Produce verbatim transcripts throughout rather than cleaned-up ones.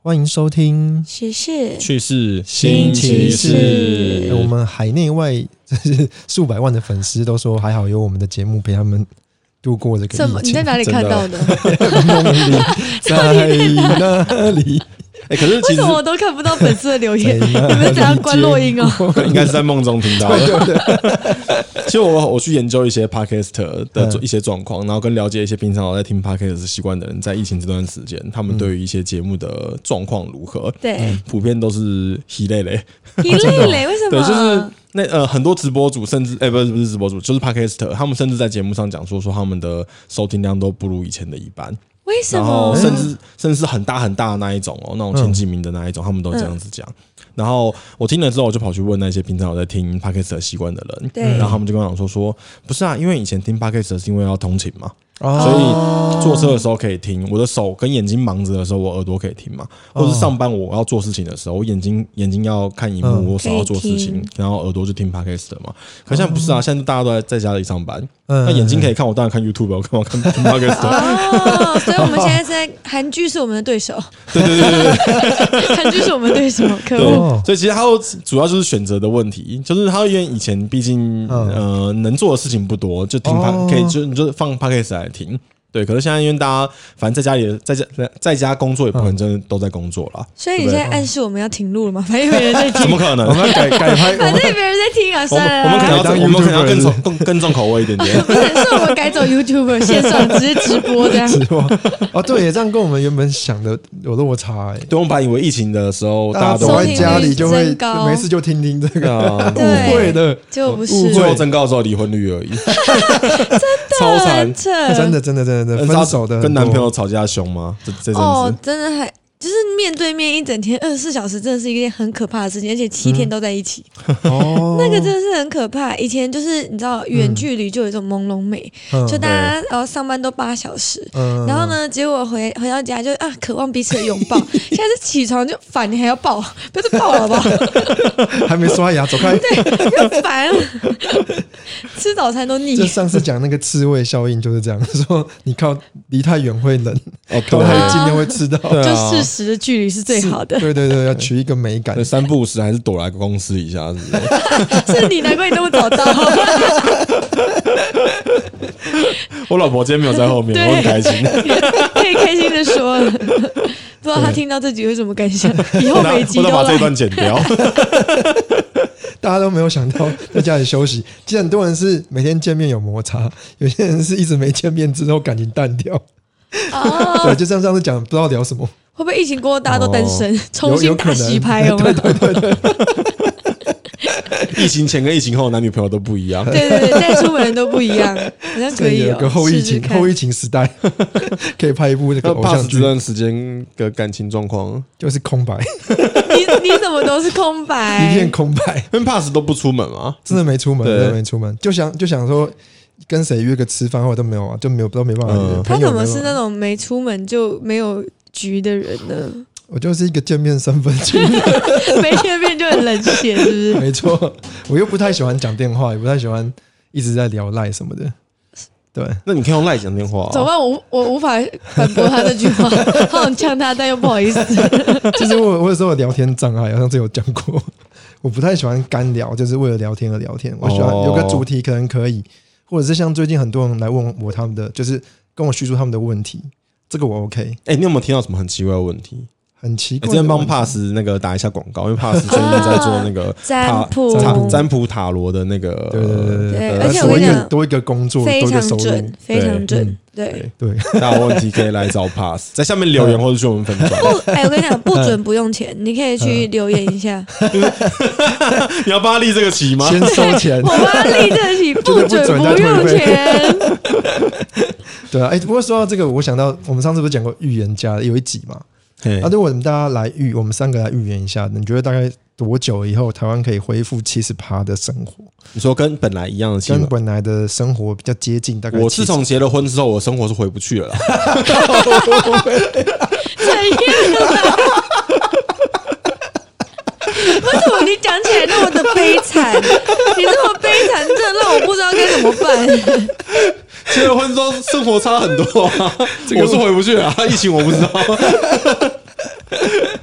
欢迎收听时事去世新奇奇事、欸、我们海内外就是数百万的粉丝都说还好有我们的节目陪他们度过这个疫情。 什么？你在哪里看到的？ 梦里在哪里？ 欸、可是其实为什么我都看不到粉丝的留言？你们是怎样关落音哦？ 应该是在梦中听到的。对对对其实我我去研究一些 podcast 的一些状况，然后跟了解一些平常有在听 podcast 习惯的人，在疫情这段时间，他们对于一些节目的状况如何？ 对， 普遍都是稀累累， 稀累累，为什么？ 对，就是那呃很多直播主，甚至哎、欸、不是不是直播主，就是 podcast， 他们甚至在节目上讲说说他们的收听量都不如以前的一半。 为什么？ 然后甚至甚至是很大很大的那一种哦，那种前几名的那一种，嗯、他们都这样子讲。然后我听了之后，我就跑去问那些平常有在听 podcast 的习惯的人， 对， 然后他们就跟我讲说说，不是啊，因为以前听 podcast 是因为要通勤嘛。 哦、 所以坐车的时候可以听，我的手跟眼睛忙着的时候，我耳朵可以听嘛。或者是上班我要做事情的时候，我眼睛眼睛要看荧幕，嗯、我手要做事情，然后耳朵就听 podcast 嘛。可现在不是啊，现在大家都在在家里上班，嗯、那眼睛可以看，我当然看 YouTube， 我干嘛看听 podcast？ 哦，所以我们现在在韩剧是我们的对手。 对对对对， 韩剧是我们的对手，可恶。 所以其实它主要就是选择的问题，就是它因为以前毕竟呃能做的事情不多，就听可以就你就放 podcast 来听。对，可是现在因为大家反正在家里在家在家工作，也不可能真的都在工作啦。 所以你现在暗示我们要停录了吗？反正没人在听， 怎么可能？ 我们要改改拍， 反正也没人在听啊，算了。 我们可能要我们可能要更重更更重口味一点点。 不是，是我们改走 YouTuber 线上直接直播这样。 直播哦，对，也这样跟我们原本想的有落差哎。 对，我们本来以为疫情的时候大家都在家里就会没事就听听这个，误会的， 就不是最后增高之后离婚率而已， 真的超惨， 真的真的真的分手的。 跟男朋友吵架凶吗？这这阵子哦，真的还就是面对面一整天二十四小时，真的是一件很可怕的事情，而且七天都在一起，嗯、那个真的是很可怕。以前就是你知道远距离就有一种朦胧美，嗯、就大家然后上班都八小时，嗯、然后呢，结果回回到家就啊渴望彼此的拥抱，现在是起床就烦，你还要抱，不要再抱了好不好？ 还没刷牙，走开， 对，又烦，吃早餐都腻。 就上次讲那个刺猬效应就是这样，说你靠离太远会冷，靠太近就会吃到， 就适时的距离是最好的。 对对对，要取一个美感。 三不五时还是躲来公司一下，是不是？ 是你，难怪你那么早到。 我老婆今天没有在后面，我很开心， 可以开心的说了。不知道他听到这集会什么感想？以后每集都来。 我把这一段剪掉。 大家都没有想到在家里休息，其实很多人是每天见面有摩擦，有些人是一直没见面之后感情淡掉。哦，对，就像上次讲，不知道聊什么。 会不会疫情过后大家都单身，哦、重新打洗牌？有没有？ 对对对对。 疫情前跟疫情后男女朋友都不一样， 对对对，带出门人都不一样，好像可以、哦、 有个后疫情试试后疫情时代，可以拍一部这个偶像剧。 这段时间的感情状况就是空白， 你你怎么都是空白， 一片空白。 因为 Pass 都不出门嘛， 真的没出门，真的没出门，就想就想说跟谁约个吃饭，或者都没有啊，就没有都没办法约。嗯、 他怎么是那种没出门就没有局的人呢？ 我就是一个见面三分钟， 没见面就很冷血，是不是？ 没错，我又不太喜欢讲电话，也不太喜欢一直在聊赖什么的。对， 那你可以用赖讲电话、啊。 怎么办？我我无法反驳他这句话，好想呛他，但又不好意思。 其实我我有时候有聊天障碍，好像之前有讲过，我不太喜欢干聊，就是为了聊天而聊天。我喜欢有个主题，可能可以，或者是像最近很多人来问我他们的，就是跟我叙述他们的问题，这个我 OK。 哎、欸，你有没有听到什么很奇怪的问题？ 很奇怪、欸， 之前帮 Pass 那个打一下广告，因为 Pass 最近在做那个占卜占卜塔罗的那个， 对对对对，而且我跟你讲， 多一个工作， 非常多一个收入， 非常准，对对。 大家有问题可以来找 Pass， 在下面留言或者去我们粉专。 不，哎，我跟你讲，不准不用钱，你可以去留言一下。 你要帮他立这个旗吗？ 先收钱， 我帮他立这个旗，不准不用钱。 对啊，哎，不过说到这个，我想到我们上次不是讲过预言家有一集嘛？啊，如果我们大家来预，我们三个来预言一下，你觉得大概多久以后台湾可以恢复 百分之七十 的生活？ 你说跟本来一样的， 跟本来的生活比较接近，大概七十。 我自从结了婚之后，我生活是回不去了啦。 怎样啊？为什么你讲起来那么的悲惨？你这么悲惨，真的让我不知道该怎么办。 结了婚之后生活差很多啊，这个、我是回不去啊，疫情我不知道。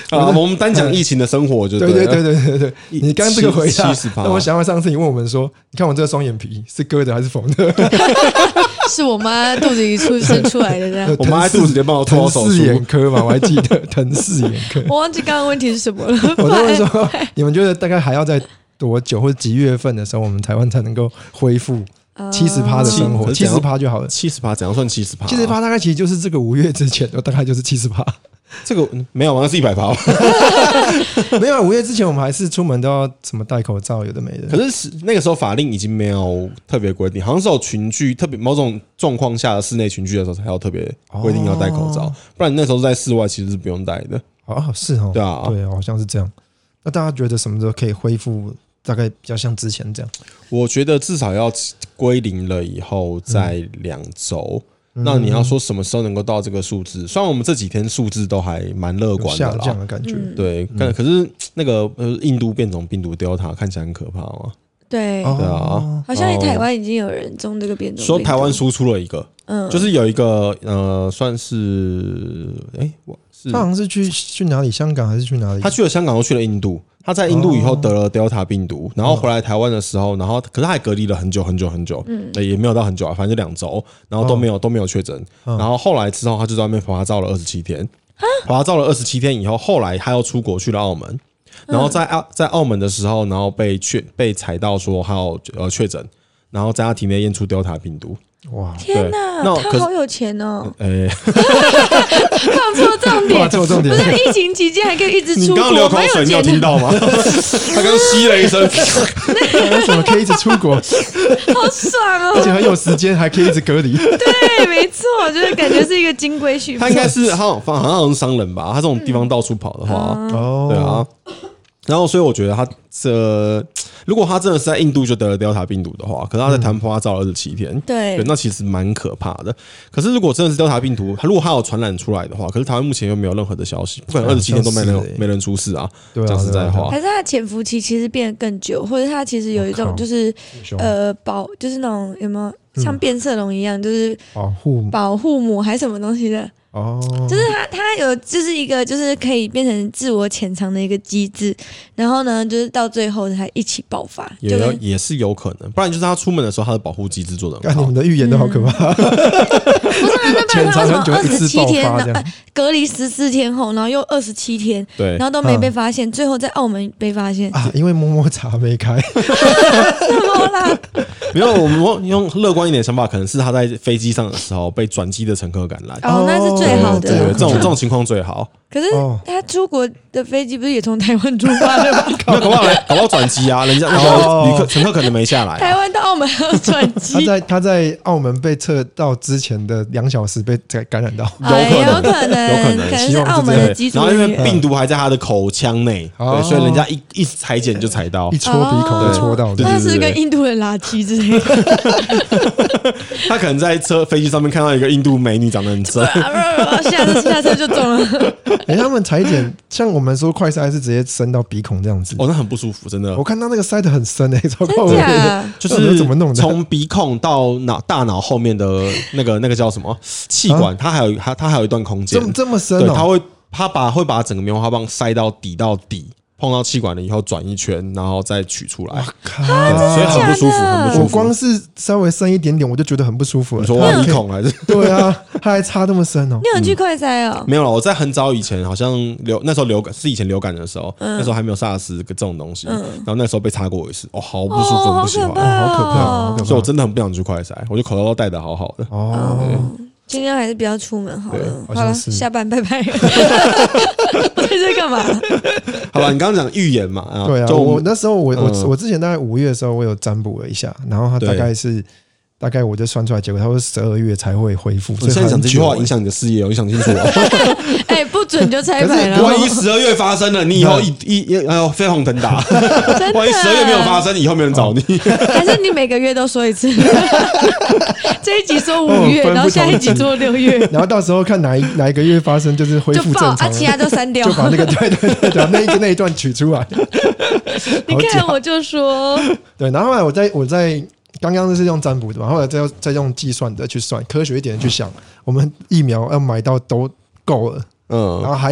啊，我们单讲疫情的生活就对对对对对对对。你刚刚这个回答， 七十趴， 让我想到上次你问我们说，你看我这个双眼皮是割的还是缝的？ 是我妈肚子里出生出来的这样。 我妈在肚子里帮我做手术。 腾氏眼科嘛，我还记得腾氏眼科。 我忘记刚刚问题是什么了。 我就问说，你们觉得大概还要在多久或者几月份的时候，我们台湾才能够恢复七十趴的生活？七十趴就好了。 七十趴怎样算七十趴？ 七十趴大概其实就是这个五月之前，大概就是七十趴。 这个没有，好像是一百趴。 没有，五月之前我们还是出门都要什么戴口罩，有的没的。 可是那个时候法令已经没有特别规定，好像是有群聚，特别某种状况下的室内群聚的时候才要特别规定要戴口罩，哦、不然你那时候在室外其实是不用戴的。 哦，是哦， 对啊， 对，好像是这样。那大家觉得什么时候可以恢复？大概比较像之前这样？ 我觉得至少要归零了以后，在两周。嗯、那你要说什么时候能够到这个数字？虽然我们这几天数字都还蛮乐观的啦， 下降的感觉。 对，嗯、可是那个印度变种病毒 Delta 看起来很可怕嘛。 对， 对啊， 好像台湾已经有人中这个变种病毒。 说台湾输出了一个，嗯，就是有一个呃，算是哎，我是他好像是去去哪里？香港还是去哪里？ 他去了香港，又去了印度。他在印度以后得了 Delta 病毒，然后回来台湾的时候，然后可是他还隔离了很久很久很久，嗯，也没有到很久啊，反正就两周，然后都没有、哦、都没有确诊。然后后来之后，他就在外面爬照了二十七天，爬照了二十七天以后，后来他又出国去了澳门，然后在澳在澳门的时候，然后被确被采到说他有呃确诊，然后在他体内验出 Delta 病毒。 哇！天哪，他好有钱哦！哎、欸，放错重点， 放错重点。 不是疫情期间还可以一直出国， 你刚刚流口水，你有听到吗？他刚吸了一声。 为什么可以一直出国？ 好爽哦！ 而且很有时间，还可以一直隔离。 对，没错，就是感觉是一个金龟婿。 他应该是他好像是商人吧？他这种地方到处跑的话，哦、对啊。然后，所以我觉得他这，如果他真的是在印度就得了 Delta 病毒的话，可是他在台湾他照了二十七天， 对、嗯， 那其实蛮可怕的。可是如果真的是 Delta 病毒，他如果他有传染出来的话，可是台湾目前又没有任何的消息，不可能二十七天都没人、欸、没人出事啊。 对啊， 讲实在话， 还是他的潜伏期其实变得更久，或者他其实有一种就是呃保，就是那种有没有像变色龙一样，就是保护保护膜还是什么东西的。哦，就是它，它有就是一个就是可以变成自我潜藏的一个机制，然后呢，就是到最后才一起爆发， 也有也是有可能，不然就是他出门的时候，他的保护机制做得很好。 你们的预言都好可怕，嗯、 不是那不然他为什么二十七天呢、呃？隔离十四天后，然后又二十七天， 对， 然后都没被发现，嗯、最后在澳门被发现啊，因为摸摸茶没开， 什么啦？ 没有，我们用乐观一点的想法，可能是他在飞机上的时候被转机的乘客感染。 哦，那是最好的， 对，这种这种情况最好。 可是他出国的飞机不是也从台湾出发的吗？ 搞不好搞不好转机啊，人家那个旅客乘客可能没下来、啊。 台湾到澳门还要转机。 他在他在澳门被测到之前的两小时被感染到， 有可能， 有可能， 可能是澳门的机组。 然后因为病毒还在他的口腔内， 哦、 对，所以人家一一裁剪就裁到， 一戳鼻孔就戳到。 他是跟印度人拉鸡之类的。 他可能在车飞机上面看到一个印度美女长得很正， 下车下车就中了。 哎、欸，他们裁剪像我们说快塞是直接伸到鼻孔这样子， 哦，那很不舒服，真的。 我看到那个塞得很深哎、欸，超过的， 就是怎么弄的？ 从鼻孔到脑大脑后面的那个那个叫什么气管，啊、它还有它它还有一段空间， 这么这么深哦。 对，它会它把会把整个棉花棒塞到底到底。碰到气管了以后转一圈，然后再取出来。 靠！ 所以很不舒服，很不舒服。 我光是稍微深一点点，我就觉得很不舒服了。 你说挖鼻孔还是？ 对啊，它还插那么深哦。 你有去快塞哦？ 没有了，我在很早以前，好像流那时候流感是以前流感的时候，嗯、那时候还没有 SARS 这种东西，嗯、然后那时候被插过一次，哦，好不舒服，很不喜欢， 好可怕， 好可怕。 所以我真的很不想去快塞，我就口罩都戴得好好的。 哦。 今天还是不要出门好了。好了，下班拜拜。在这干嘛？ 好了，你刚刚讲预言嘛？啊对啊，就我那时候我我我之前大概五月的时候，我有占卜了一下，然后他大概是大概我就算出来结果，他说十二月才会恢复。 你现在讲这句话影响你的事业哦，你想清楚哦。 哎，不准就拆牌了。 万一十二月发生了，你以后一一哎呦飞黄腾达。万一十二月没有发生，以后没人找你。 还是你每个月都说一次？这一集说五月，然后下一集说六月， 然后到时候看哪一哪一个月发生，就是恢复正常， 啊，其他都删掉， 就把那个对对对对那一那一段取出来。 你看，我就说对，然后后来我在我在刚刚是用占卜的嘛，后来再再用计算的去算，科学一点的去想，我们疫苗要买到都够了，嗯，然后还要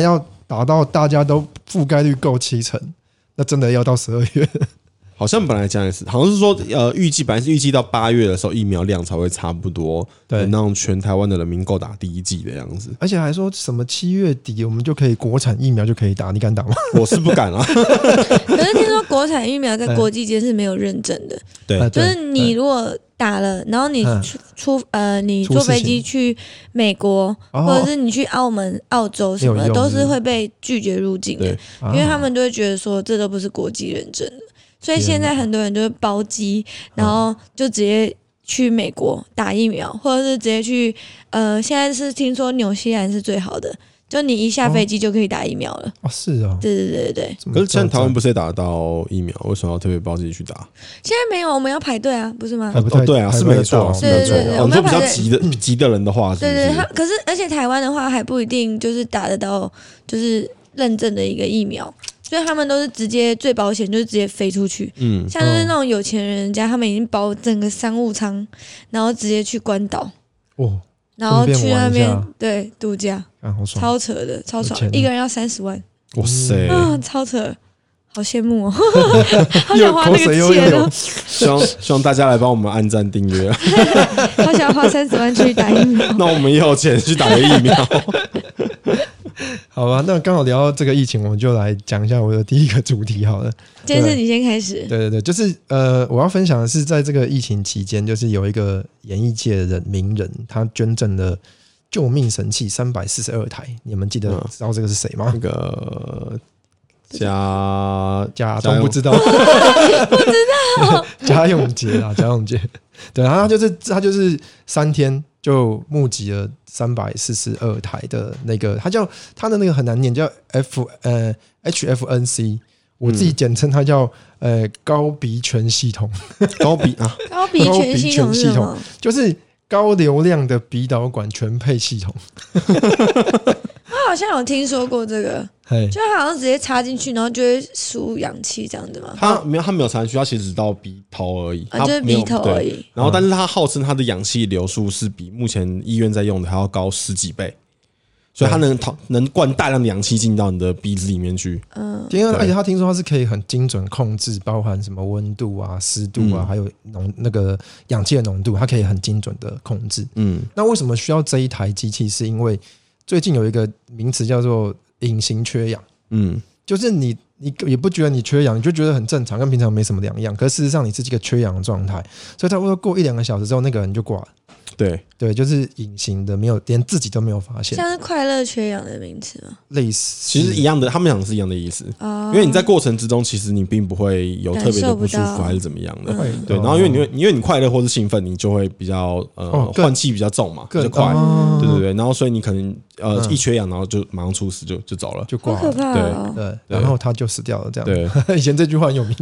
打到大家都覆盖率够七成，那真的要到十二月。 好像本来讲也是，好像是说，呃，预计本来是预计到八月的时候，疫苗量才会差不多，对，让全台湾的人民够打第一剂的样子。 而且还说什么七月底我们就可以国产疫苗就可以打，你敢打吗？ 我是不敢啊。 可是听说国产疫苗在国际间是没有认证的， 对， 就是你如果打了，然后你出出呃，你坐飞机去美国，或者是你去澳门、澳洲什么的，都是会被拒绝入境的，因为他们都会觉得说这都不是国际认证的。所以现在很多人就会包机，然后就直接去美国打疫苗，或者是直接去呃，现在是听说纽西兰是最好的，就你一下飞机就可以打疫苗了。 哦，是啊， 对对对对。 可是现在台湾不是也打得到疫苗，为什么要特别包机去打？ 现在没有，我们要排队啊，不是吗？ 哦， 对啊，是没错，是没错。 我们说比较急的急的人的话， 对对，他可是而且台湾的话还不一定就是打得到，就是认证的一个疫苗。所以他们都是直接最保险，就是直接飞出去。嗯，像是那种有钱人家，他们已经包整个商务舱，然后直接去关岛，哦，然后去那边对度假，啊，好爽，超扯的，超爽，一个人要三十万， 哇塞， 啊，超扯，好羡慕哦，好想花那个钱哦。 希望希望大家来帮我们按赞订阅， 好想花三十万去打疫苗。 那我们也有钱去打个疫苗。 好吧，那刚好聊到这个疫情，我们就来讲一下我的第一个主题好了。 今天是你先开始。 对对对，就是呃，我要分享的是，在这个疫情期间，就是有一个演艺界的名人，他捐赠了救命神器三百四十二台。你们记得、嗯、知道这个是谁吗？ 那个贾贾都不知道， 不知道。 贾永杰啊，贾永杰。对，然后他就是他就是三天就募集了三百四十二台的那个，他叫他的那个很难念，叫 F 呃 H F N C， 我自己简称它叫呃高鼻全系统。 高鼻啊， 高鼻全系统是什么？ 就是高流量的鼻导管全配系统。 我好像有听说过这个，就他好像直接插进去，然后就会输入氧气这样子吗？ 他没有，他没有插进去，他其实只到鼻头而已， 啊，就是鼻头而已。 然后，但是他号称他的氧气流速是比目前医院在用的还要高十几倍，所以他能能灌大量的氧气进到你的鼻子里面去。 嗯，而且他听说他是可以很精准控制，包含什么温度啊、湿度啊，嗯、还有浓那个氧气的浓度，它可以很精准的控制。嗯，那为什么需要这一台机器？是因为最近有一个名词叫做隐形缺氧，嗯，就是你你也不觉得你缺氧，你就觉得很正常，跟平常没什么两样。可是事实上你是一个缺氧的状态，所以差不多过一两个小时之后，那个人就挂了。 对对，就是隐形的，没有连自己都没有发现， 像是快乐缺氧的名词吗？ 类似， 其实一样的，他们讲的是一样的意思。哦，因为你在过程之中，其实你并不会有特别的不舒服还是怎么样的。嗯、对，然后因为你会因为你快乐或是兴奋，你就会比较呃换气比较重嘛，比较快。哦、对对对，然后所以你可能呃、嗯、一缺氧，然后就马上猝死就就走了， 就挂了。 好可怕哦、 对对，然后他就死掉了。这样对， 以前这句话很有名。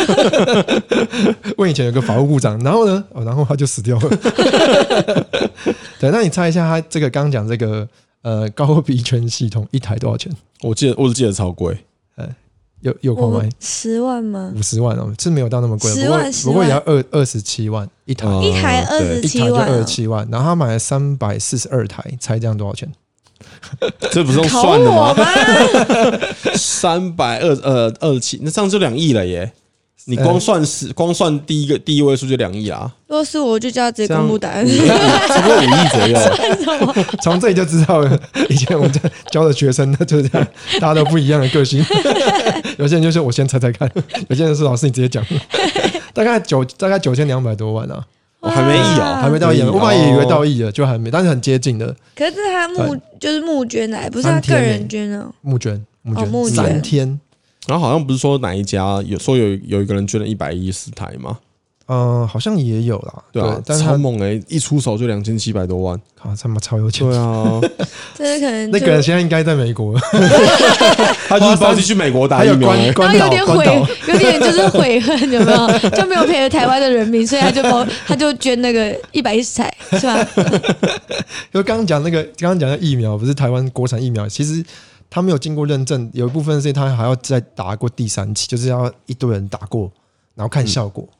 问以前有个法务部长，然后呢，哦，然后他就死掉了。对，那你猜一下，他这个刚刚讲这个呃高鼻全系统一台多少钱？ 我记得我只记得超贵， 呃，有有夸吗？ 十万吗？ 五十万哦，是没有到那么贵， 十万， 不过也要二二十七万一台， 一台二十七万， 一台就二十七万，然后他买了三百四十二台，猜这样多少钱？ 这不是用算的吗？三百二呃二十七，那这样就两亿了耶！你光算是、呃、光算第一个第一位数就两亿啦。 如果是我就叫他直接公布答案， 差不多五亿左右。 从这里就知道了，以前我们教的学生就是这样，大家都不一样的个性。有些人就是我先猜猜看，有些人是老师你直接讲。大概九大概九千两百多万啊。 我、哦、还没亿哦， 还没到亿，我本来也以为到亿了，就还没，但是很接近的。 可是他募就是募捐来，不是他个人捐哦。 募捐，募捐， 哦、募捐三天。 然后好像不是说哪一家有说有有一个人捐了一百一十台吗？ 呃，好像也有啦， 对啊，但超猛哎、欸，一出手就两千七百多万， 靠，他妈超有钱。 对啊， 这可能那个人现在应该在美国， 他就是包机去美国打疫苗， 然后有点悔，有点就是悔恨，有没有？就没有陪了台湾的人民，所以他就包，他就捐那个一百一十台，是吧？ 就刚刚讲那个，刚刚讲的疫苗，不是台湾国产疫苗，其实。他没有经过认证，有一部分是他还要再打过第三期，就是要一堆人打过，然后看效果。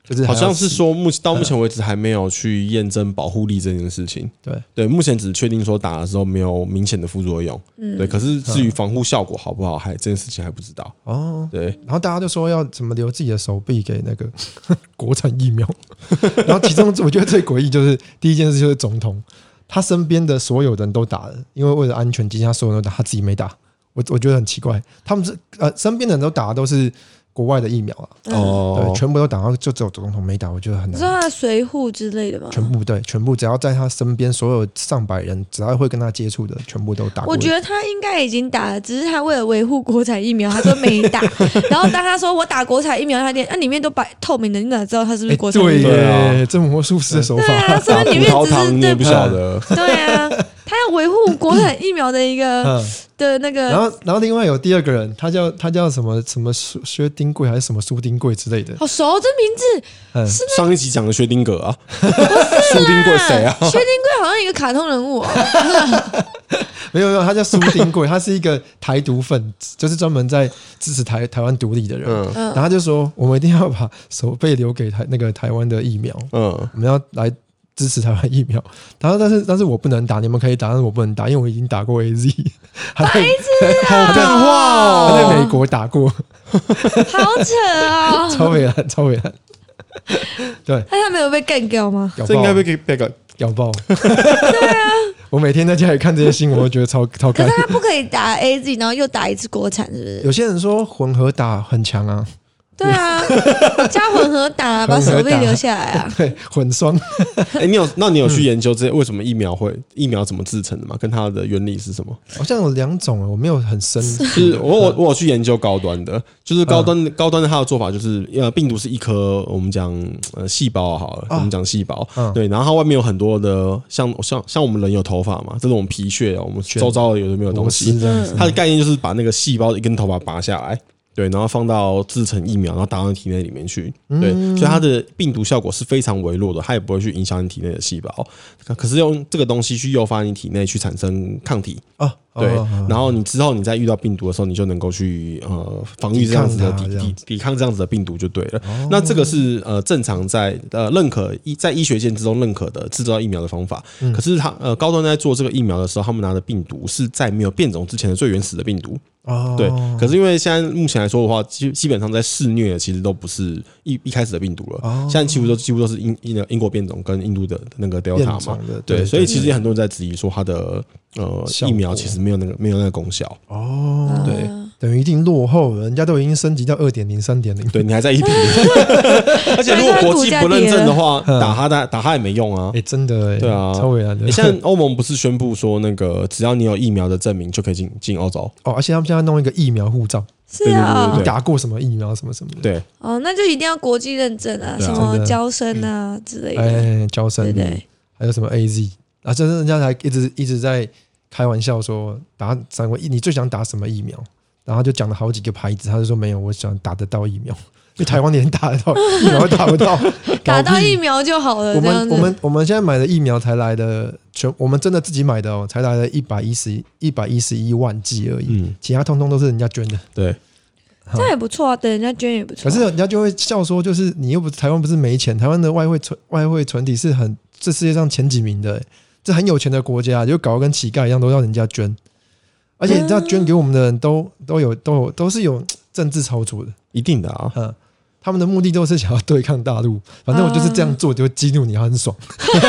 就是好像是说目到目前为止还没有去验证保护力这件事情。 对对，目前只确定说打的时候没有明显的副作用。嗯，对。可是至于防护效果好不好，还这件事情还不知道。哦，对。 然后大家就说要怎么留自己的手臂给那个国产疫苗，然后其中我觉得最诡异就是第一件事就是总统，他身边的所有人都打了，因为为了安全，其实他所有人都打，他自己没打。我我觉得很奇怪，他们是呃身边的人都打的都是国外的疫苗啊，哦，对，全部都打，然后就只有总统没打，我觉得很难。 你说他的随扈之类的吗？ 全部对，全部只要在他身边，所有上百人，只要会跟他接触的，全部都打过。 我觉得他应该已经打了，只是他为了维护国产疫苗，他说没打。然后当他说我打国产疫苗，他店那里面都摆透明的，你哪知道他是不是国产疫苗？ 对耶，这魔术师的手法， 对啊，所以里面只是你也不晓得。 对啊，他要维护国产疫苗的一个。嗯的那个， 然后，然后另外有第二个人，他叫他叫什么什么薛丁贵还是什么苏丁贵之类的， 好熟，这名字、嗯、是上一集讲的薛丁格啊，苏丁贵谁啊？ 薛丁贵好像一个卡通人物、哦， 没有没有，他叫苏丁贵，他是一个台独分子，就是专门在支持台台湾独立的人。嗯，然后他就说，我们一定要把手背留给台那个台湾的疫苗，嗯，我们要来。支持台湾疫苗，然后但是但是我不能打，你们可以打，但是我不能打，因为我已经打过 A Z， 白痴啊， 好干话哦，他在美国打过， 好扯啊， 超伟蓝，超伟蓝，对， 那他没有被干掉吗？ 这应该被被被咬爆，对啊，我每天在家里看这些新闻，我觉得超超干。 可是他不可以打 A Z， 然后又打一次国产，是不是？ 有些人说混合打很强啊。 对啊，加混合打，把手臂留下来啊！ 对，混双。 哎、欸，你有？那你有去研究这些为什么疫苗会疫苗怎么制成的吗？跟它的原理是什么？ 好像有两种，我没有很深。 就是我我我有去研究高端的，就是高端、嗯、高端的它的做法就是呃，病毒是一颗我们讲呃细胞好了，啊、我们讲细胞、嗯，对，然后它外面有很多的像像像我们人有头发嘛，这种皮屑，我们周遭有的没有东西，它的概念就是把那个细胞的一根头发拔下来。对，然后放到制成疫苗，然后打到体内里面去。对，嗯、所以它的病毒效果是非常微弱的，它也不会去影响你体内的细胞。可是用这个东西去诱发你体内去产生抗体啊，对，哦、然后你之后你在遇到病毒的时候，你就能够去呃防御这样子的抵抵抵抗这样子的病毒就对了。哦、那这个是呃正常在呃认可医在医学界之中认可的制造疫苗的方法。嗯、可是他呃高端在做这个疫苗的时候，他们拿的病毒是在没有变种之前的最原始的病毒。哦，对，可是因为现在目前来说的话，基基本上在肆虐的其实都不是一一开始的病毒了，哦、现在几乎都几乎都是英英英国变种跟印度的那个 Delta 嘛，对，对，所以其实很多人在质疑说它的呃疫苗其实没有那个没有那个功效。哦，对， 等于一定落后了，人家都已经升级到二点零、三点零， 对你还在一比零，而且如果国际不认证的话，打它打打它也没用啊。 哎，真的哎， 对啊， 超伟蓝的。 现在欧盟不是宣布说那个只要你有疫苗的证明就可以进进欧洲哦，而且他们现在弄一个疫苗护照， 是啊， 你打过什么疫苗什么什么的， 对， 哦，那就一定要国际认证啊，什么嬌生啊之类的， 哎，嬌生，对对，还有什么 A Z 啊，这是人家还一直一直在开玩笑说打什么，你最想打什么疫苗？然后就讲了好几个牌子，他就说没有，我想打得到疫苗。因为台湾连打得到疫苗都打不到， 打到疫苗就好了。 我们我们我们现在买的疫苗才来的全，我们真的自己买的哦，才来了一百一十一百一十一万剂而已，嗯，其他通通都是人家捐的。 对， 这也不错啊，等人家捐也不错。 可是人家就会笑说，就是你又不台湾不是没钱，台湾的外汇存外汇存底是很这世界上前几名的，这很有钱的国家，就搞得跟乞丐一样，都要人家捐。而且你知道捐给我们的人都都有都有都是有政治操作的， 一定的啊。 嗯，他们的目的都是想要对抗大陆，反正我就是这样做，就会激怒你，很爽。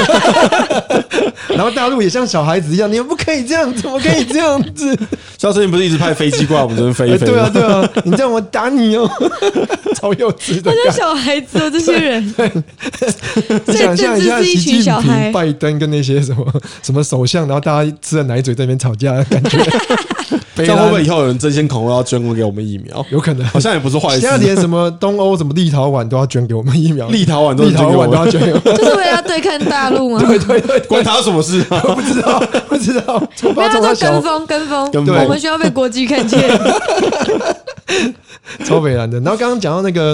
然后大陆也像小孩子一样，你们不可以这样，怎么可以这样子？ 肖申不是一直派飞机过来我们这边飞一飞、 欸？对啊，对啊，你这样我打你哦，超幼稚的。 好像小孩子哦，这些人。 你想象一下，习近平、拜登跟那些什么什么首相，然后大家吃了奶嘴在那边吵架的感觉。 这样会不会以后有人争先恐后要捐给我们疫苗？ 有可能， 好像也不是坏事。 现在连什么东欧、什么立陶宛都要捐给我们疫苗， 立陶宛都立陶宛都要捐给我们， 就是为了要对抗大陆吗？ 对对对， 关他什么事啊？ 我不知道，不知道。 没有，他说跟风，跟风，跟风，我们需要被国际看见。 超北蓝的。然后刚刚讲到那个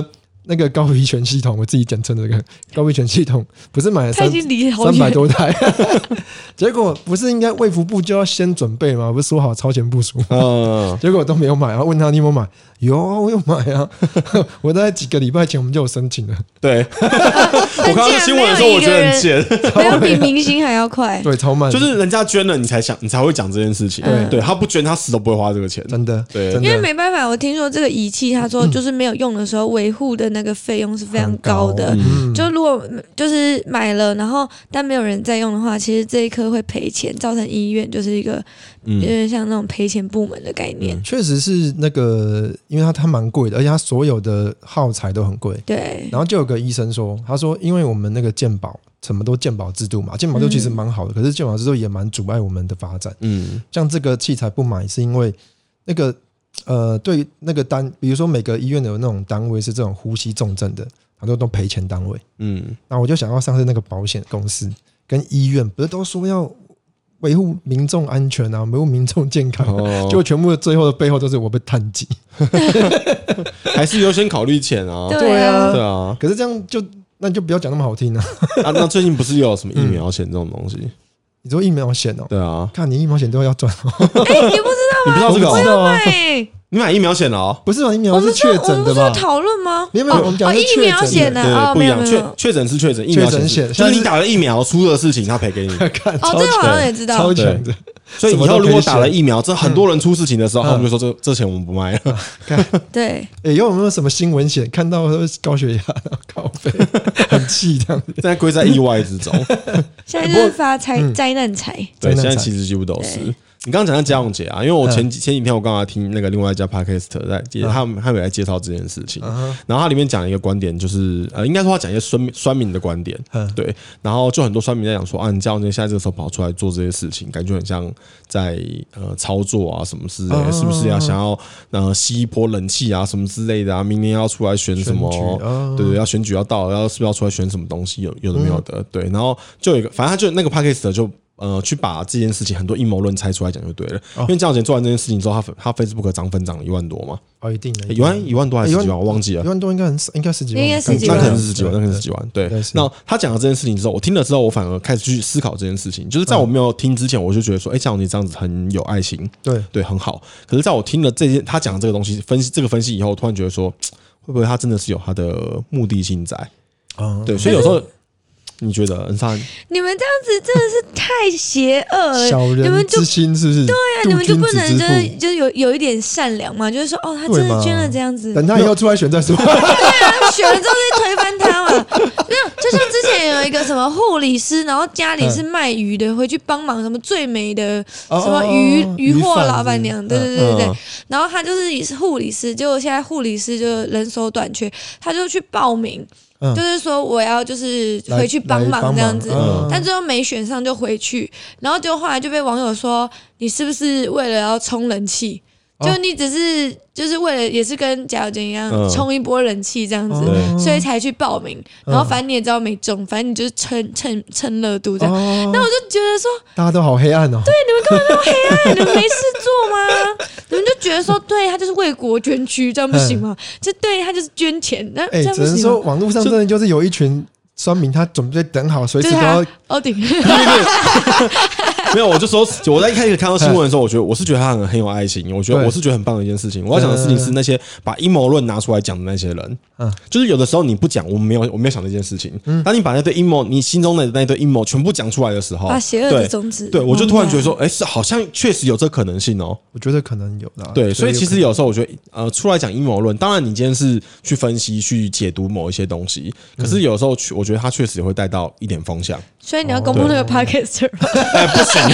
那个高皮权系统，我自己简称这个高皮权系统，不是买了三三百多台，结果不是应该卫福部就要先准备吗？不是说好超前部署吗？嗯、结果都没有买，然后问他你有没有买？有啊，我有买啊，我大概几个礼拜前我们就有申请了。 对，我看到新闻的时候我觉得很贱， 没有比明星还要快， 对，超慢， 就是人家捐了你才想，你才会讲这件事情。对，对他不捐他死都不会花这个钱， 真的， 对， 因为没办法，我听说这个仪器，他说就是没有用的时候维护的那个费用是非常高的，嗯、就如果就是买了，然后但没有人在用的话，其实这一颗会赔钱，造成医院就是一个有点像那种赔钱部门的概念。 确、嗯、实是那个，因为它它蛮贵的，而且它所有的耗材都很贵。 对。 然后就有个医生说，他说因为我们那个健保什么都健保制度嘛，健保制度其实蛮好的，嗯、可是健保制度也蛮阻碍我们的发展。嗯，像这个器材不买是因为那个呃，对那个单，比如说每个医院有那种单位是这种呼吸重症的，他都都赔钱单位。嗯，那我就想要上次那个保险公司跟医院不是都说要维护民众安全啊，维护民众健康，哦、就全部的最后的背后都是我被探及， 还是优先考虑钱啊？ 对啊， 对啊。 可是这样就那就不要讲那么好听啊。 啊，那最近不是有什么疫苗险这种东西？嗯、 你说疫苗险哦？ 对啊， 看你疫苗险都要赚哦。 哎、欸，你不知道吗？ 你不知道这个、哦？ 我要买。 你买疫苗险了哦？ 不是吧？疫苗是确诊的吧？ 我们是讨论吗？ 没有没有，我们讲的是疫苗险呢， 对，不一样。确确诊是确诊，疫苗险就是你打了疫苗出了事情，他赔给你。 哦， 这个好像也知道， 超强的。 所以以后如果打了疫苗，这很多人出事情的时候，他们就说这这钱我们不卖了。 对， 哎，有没有什么新闻险？看到高血压、高飞，很气这样子。 现在归在意外之中。 现在就是发财灾难财。 对，现在其实几乎都是。你刚刚讲到家用节啊，因为我前几前几天我刚刚听那个另外一家 podcast 在介，他们他们有在介绍这件事情，然后他里面讲一个观点，就是呃，应该说他讲一些酸酸民的观点，对，然后就很多酸民在讲说啊，你家用节现在这个时候跑出来做这些事情，感觉很像在呃操作啊什么之类的，是不是要想要呃吸一波人气啊什么之类的啊？明年要出来选什么？对对，要选举要到了，要是不是要出来选什么东西？有有的没有的，对，然后就有一个，反正他就那个 podcast 就。呃，去把这件事情很多阴谋论拆出来讲就对了，哦、因为这样子做完这件事情之后，他他 Facebook 涨粉涨了一万多嘛， 哦，一定的， 一万一万多还是十几万，我忘记了， 一万多应该很应该十几万， 应该十几万， 那可能是十几万，那可能是十几万。对，那他讲了这件事情之后，我听了之后，我反而开始去思考这件事情，就是在我没有听之前，我就觉得说，哎、欸，像你这样子很有爱心， 对对，很好。可是在我听了这件他讲的这个东西分析这个分析以后，我突然觉得说，会不会他真的是有他的目的性在？嗯，对，所以有时候。你觉得恩莎？ 你们这样子真的是太邪恶了， 小人之心是不是？ 对啊，你们就不能就是就是有有一点善良嘛？就是说，哦，他真的捐了这样子， 等他以后出来选再说。 对啊，选了之后再推翻他嘛。没有，就像之前有一个什么护理师，然后家里是卖鱼的，回去帮忙什么最美的什么鱼鱼货老板娘，对对对对对。然后他就是也是护理师，结果现在护理师就人手短缺，他就去报名。嗯、就是说我要就是回去帮忙这样子，嗯、但最后没选上就回去，然后就后来就被网友说你是不是为了要冲人气？就你只是就是为了也是跟贾小姐一样冲一波人气这样子，嗯、所以才去报名。然后反正你也知道没中，反正你就是蹭蹭蹭热度这样。哦、那我就觉得说， 大家都好黑暗哦。 对，你们根本都黑暗，你们没事做吗？你们就觉得说，对他就是为国捐躯，这样不行吗？就对他就是捐钱，那这样不行吗？ 只能说网络上真的就是有一群酸民，他准备等好，随时都要欧顶。 没有，我就说我在一开始看到新闻的时候，我觉得我是觉得他很很有爱心，我觉得我是觉得很棒的一件事情。我要讲的事情是那些把阴谋论拿出来讲的那些人，嗯，就是有的时候你不讲，我们没有我没有想这件事情。嗯，当你把那堆阴谋，你心中的那堆阴谋全部讲出来的时候， 把邪恶的种子， 对，我就突然觉得说，哎，是好像确实有这可能性哦。 我觉得可能有的。 对，所以其实有时候我觉得，呃，出来讲阴谋论，当然你今天是去分析、去解读某一些东西，可是有时候我觉得它确实也会带到一点风向。 所以你要公布那个 podcaster 吗？ 哎，不行。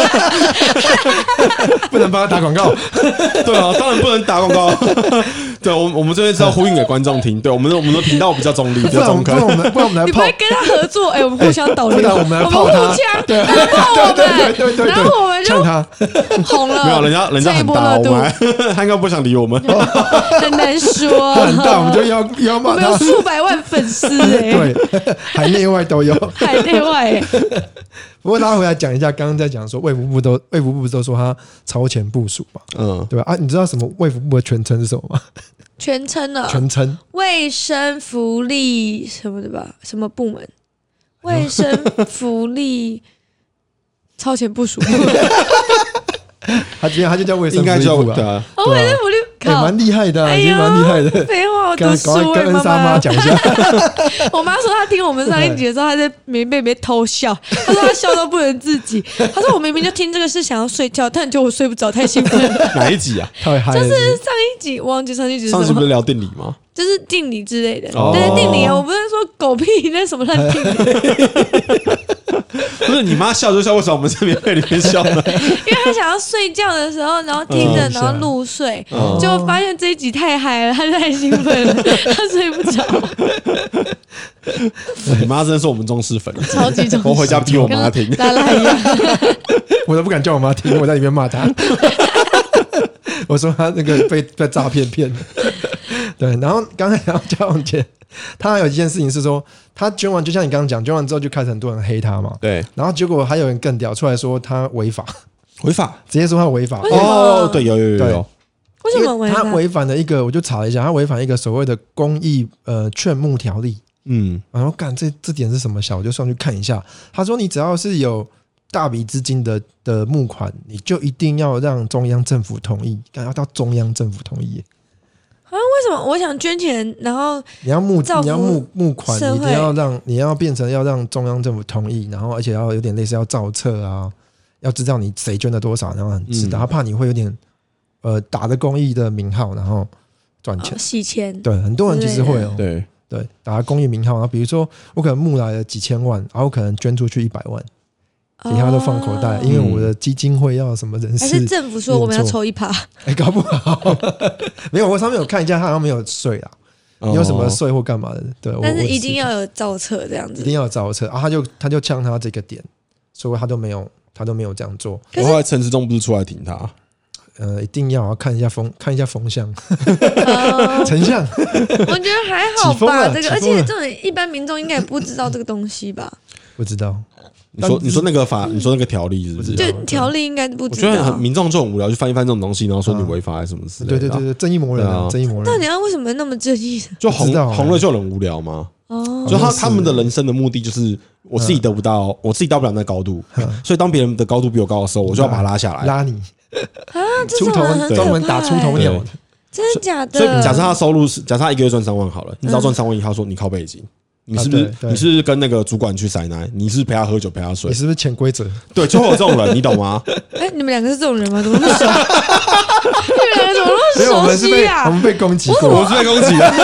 不能帮他打广告。 对啊，当然不能打广告。对，我我们这边是要呼应给观众听。对，我们的我们的频道比较中立，比较中肯。 不然我们不然我们来泡， 你不会跟他合作？哎，我们互相导流， 不然我们来泡他， 对，泡我们， 对对对， 然后我们就他红了。 没有，人家人家很大，我们他应该不想理我们， 很难说。 很大，我们就要要骂他。 我们有数百万粉丝哎， 对，海内外都有， 海内外。 不过拉回来讲一下，刚刚在讲说卫福部都卫福部都说他超前部署嘛，嗯，对吧？啊，你知道什么卫福部的全称是什么吗？ 全称了， 全称卫生福利什么的吧？什么部门？卫生福利超前部署。 他今天他就叫卫生福利部应该叫吧？ 对啊， 哦，卫生福利，靠， 蛮厉害的， 哎已经蛮厉害的。 废话，我读跟书跟跟恩莎妈讲一下。 我妈说她听我们上一集的时候，她在棉被里面偷笑。她说她笑到不能自己。她说我明明就听这个是想要睡觉，但就我睡不着，太兴奋了。 哪一集啊？ 太嗨了！ 就是上一集，我忘记上一集是什么。 上次不是聊定理吗？ 就是定理之类的， 哦对定理啊，我不是说狗屁那什么烂定理。 不是你妈笑就笑，为什么我们在棉被里面笑呢？ 因为她想要睡觉的时候，然后听着，然后入睡， 嗯结果发现这一集太嗨了，她太兴奋了，她睡不着。 你妈真的是我们忠实粉丝， 超级忠实我回家逼我妈听， 跟拉拉一样。 我都不敢叫我妈听，我在里面骂她。我说她那个被被诈骗骗了。对，然后刚才讲到嘉荣姐，她还有一件事情是说，她捐完，就像你刚刚讲，捐完之后就开始很多人黑她嘛。 对， 然后结果还有人更屌出来说她违法， 违法， 直接说她违法。 哦，对，有有有有， 为什么违法？ 他违反了一个，我就查了一下，他违反一个所谓的公益呃劝募条例。 嗯， 然后干这这点是什么小，我就上去看一下。他说，你只要是有大笔资金的的募款，你就一定要让中央政府同意，干要到中央政府同意。 啊？为什么我想捐钱，然后你要募造福你要募募款， 社会你一定要让你要变成要让中央政府同意，然后而且要有点类似要造册啊，要知道你谁捐了多少，然后很知道， 嗯他怕你会有点呃打着公益的名号，然后赚钱。 哦洗钱？ 对，很多人其实会哦。 对， 对，打着公益名号，然后比如说我可能募来了几千万，然后可能捐出去一百万，其他都放口袋， 哦因为我的基金会要什么人事， 还是政府说我们要抽一趴？ 哎，搞不好没有，我上面有看一下，他好像没有税啊，你有什么税或干嘛的？对， 但是我一定要有造册这样子， 一定要有造册啊，他就他就呛他这个点，所以他都没有他都没有这样做。 我后来陈时中不是出来挺他， 呃，一定要看一下风，看一下风向， 哦丞相。 我觉得还好起风吧，这个，而了起风了且这种一般民众应该也不知道这个东西吧？ 不知道， 你说你说那个法，你说那个条例是不是？ 不知道就条例应该不知我觉得很道。 民众就很无聊，去翻一翻这种东西，然后说你违法还是什么之类的。 对对对对，正义魔人啊， 对啊正义魔人。 到底要为什么那么正义呢？ 就红不知道欸红了就很无聊吗？ 哦， 就他好像是他们的人生的目的就是我自己得不到，我自己到不了那高度， 嗯所以当别人的高度比我高的时候，我就要把他拉下来。 拉你啊，这出头种人很可怕欸， 专门打出头鸟的。 真的假的？ 所以假设他收入是，假设他一个月赚三万好了，你只要赚三万一，他说你靠背金，你是不是啊对对你是不是跟那个主管去塞奶？你是不是陪他喝酒陪他睡你？是不是潜规则？ 对，就会有这种人，你懂吗？ 哎，你们两个是这种人吗？怎么那么熟？你们两个怎么没有，我那么们是被熟悉啊我？们被攻击我过， 是被攻击的，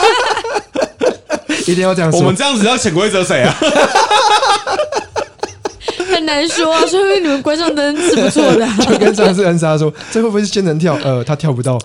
一定要这样说。 我们这样子要潜规则谁啊？ 很难说啊，说明你们关上灯是不错的啊。 就跟上次恩莎说，这会不会是仙人跳？呃，他跳不到。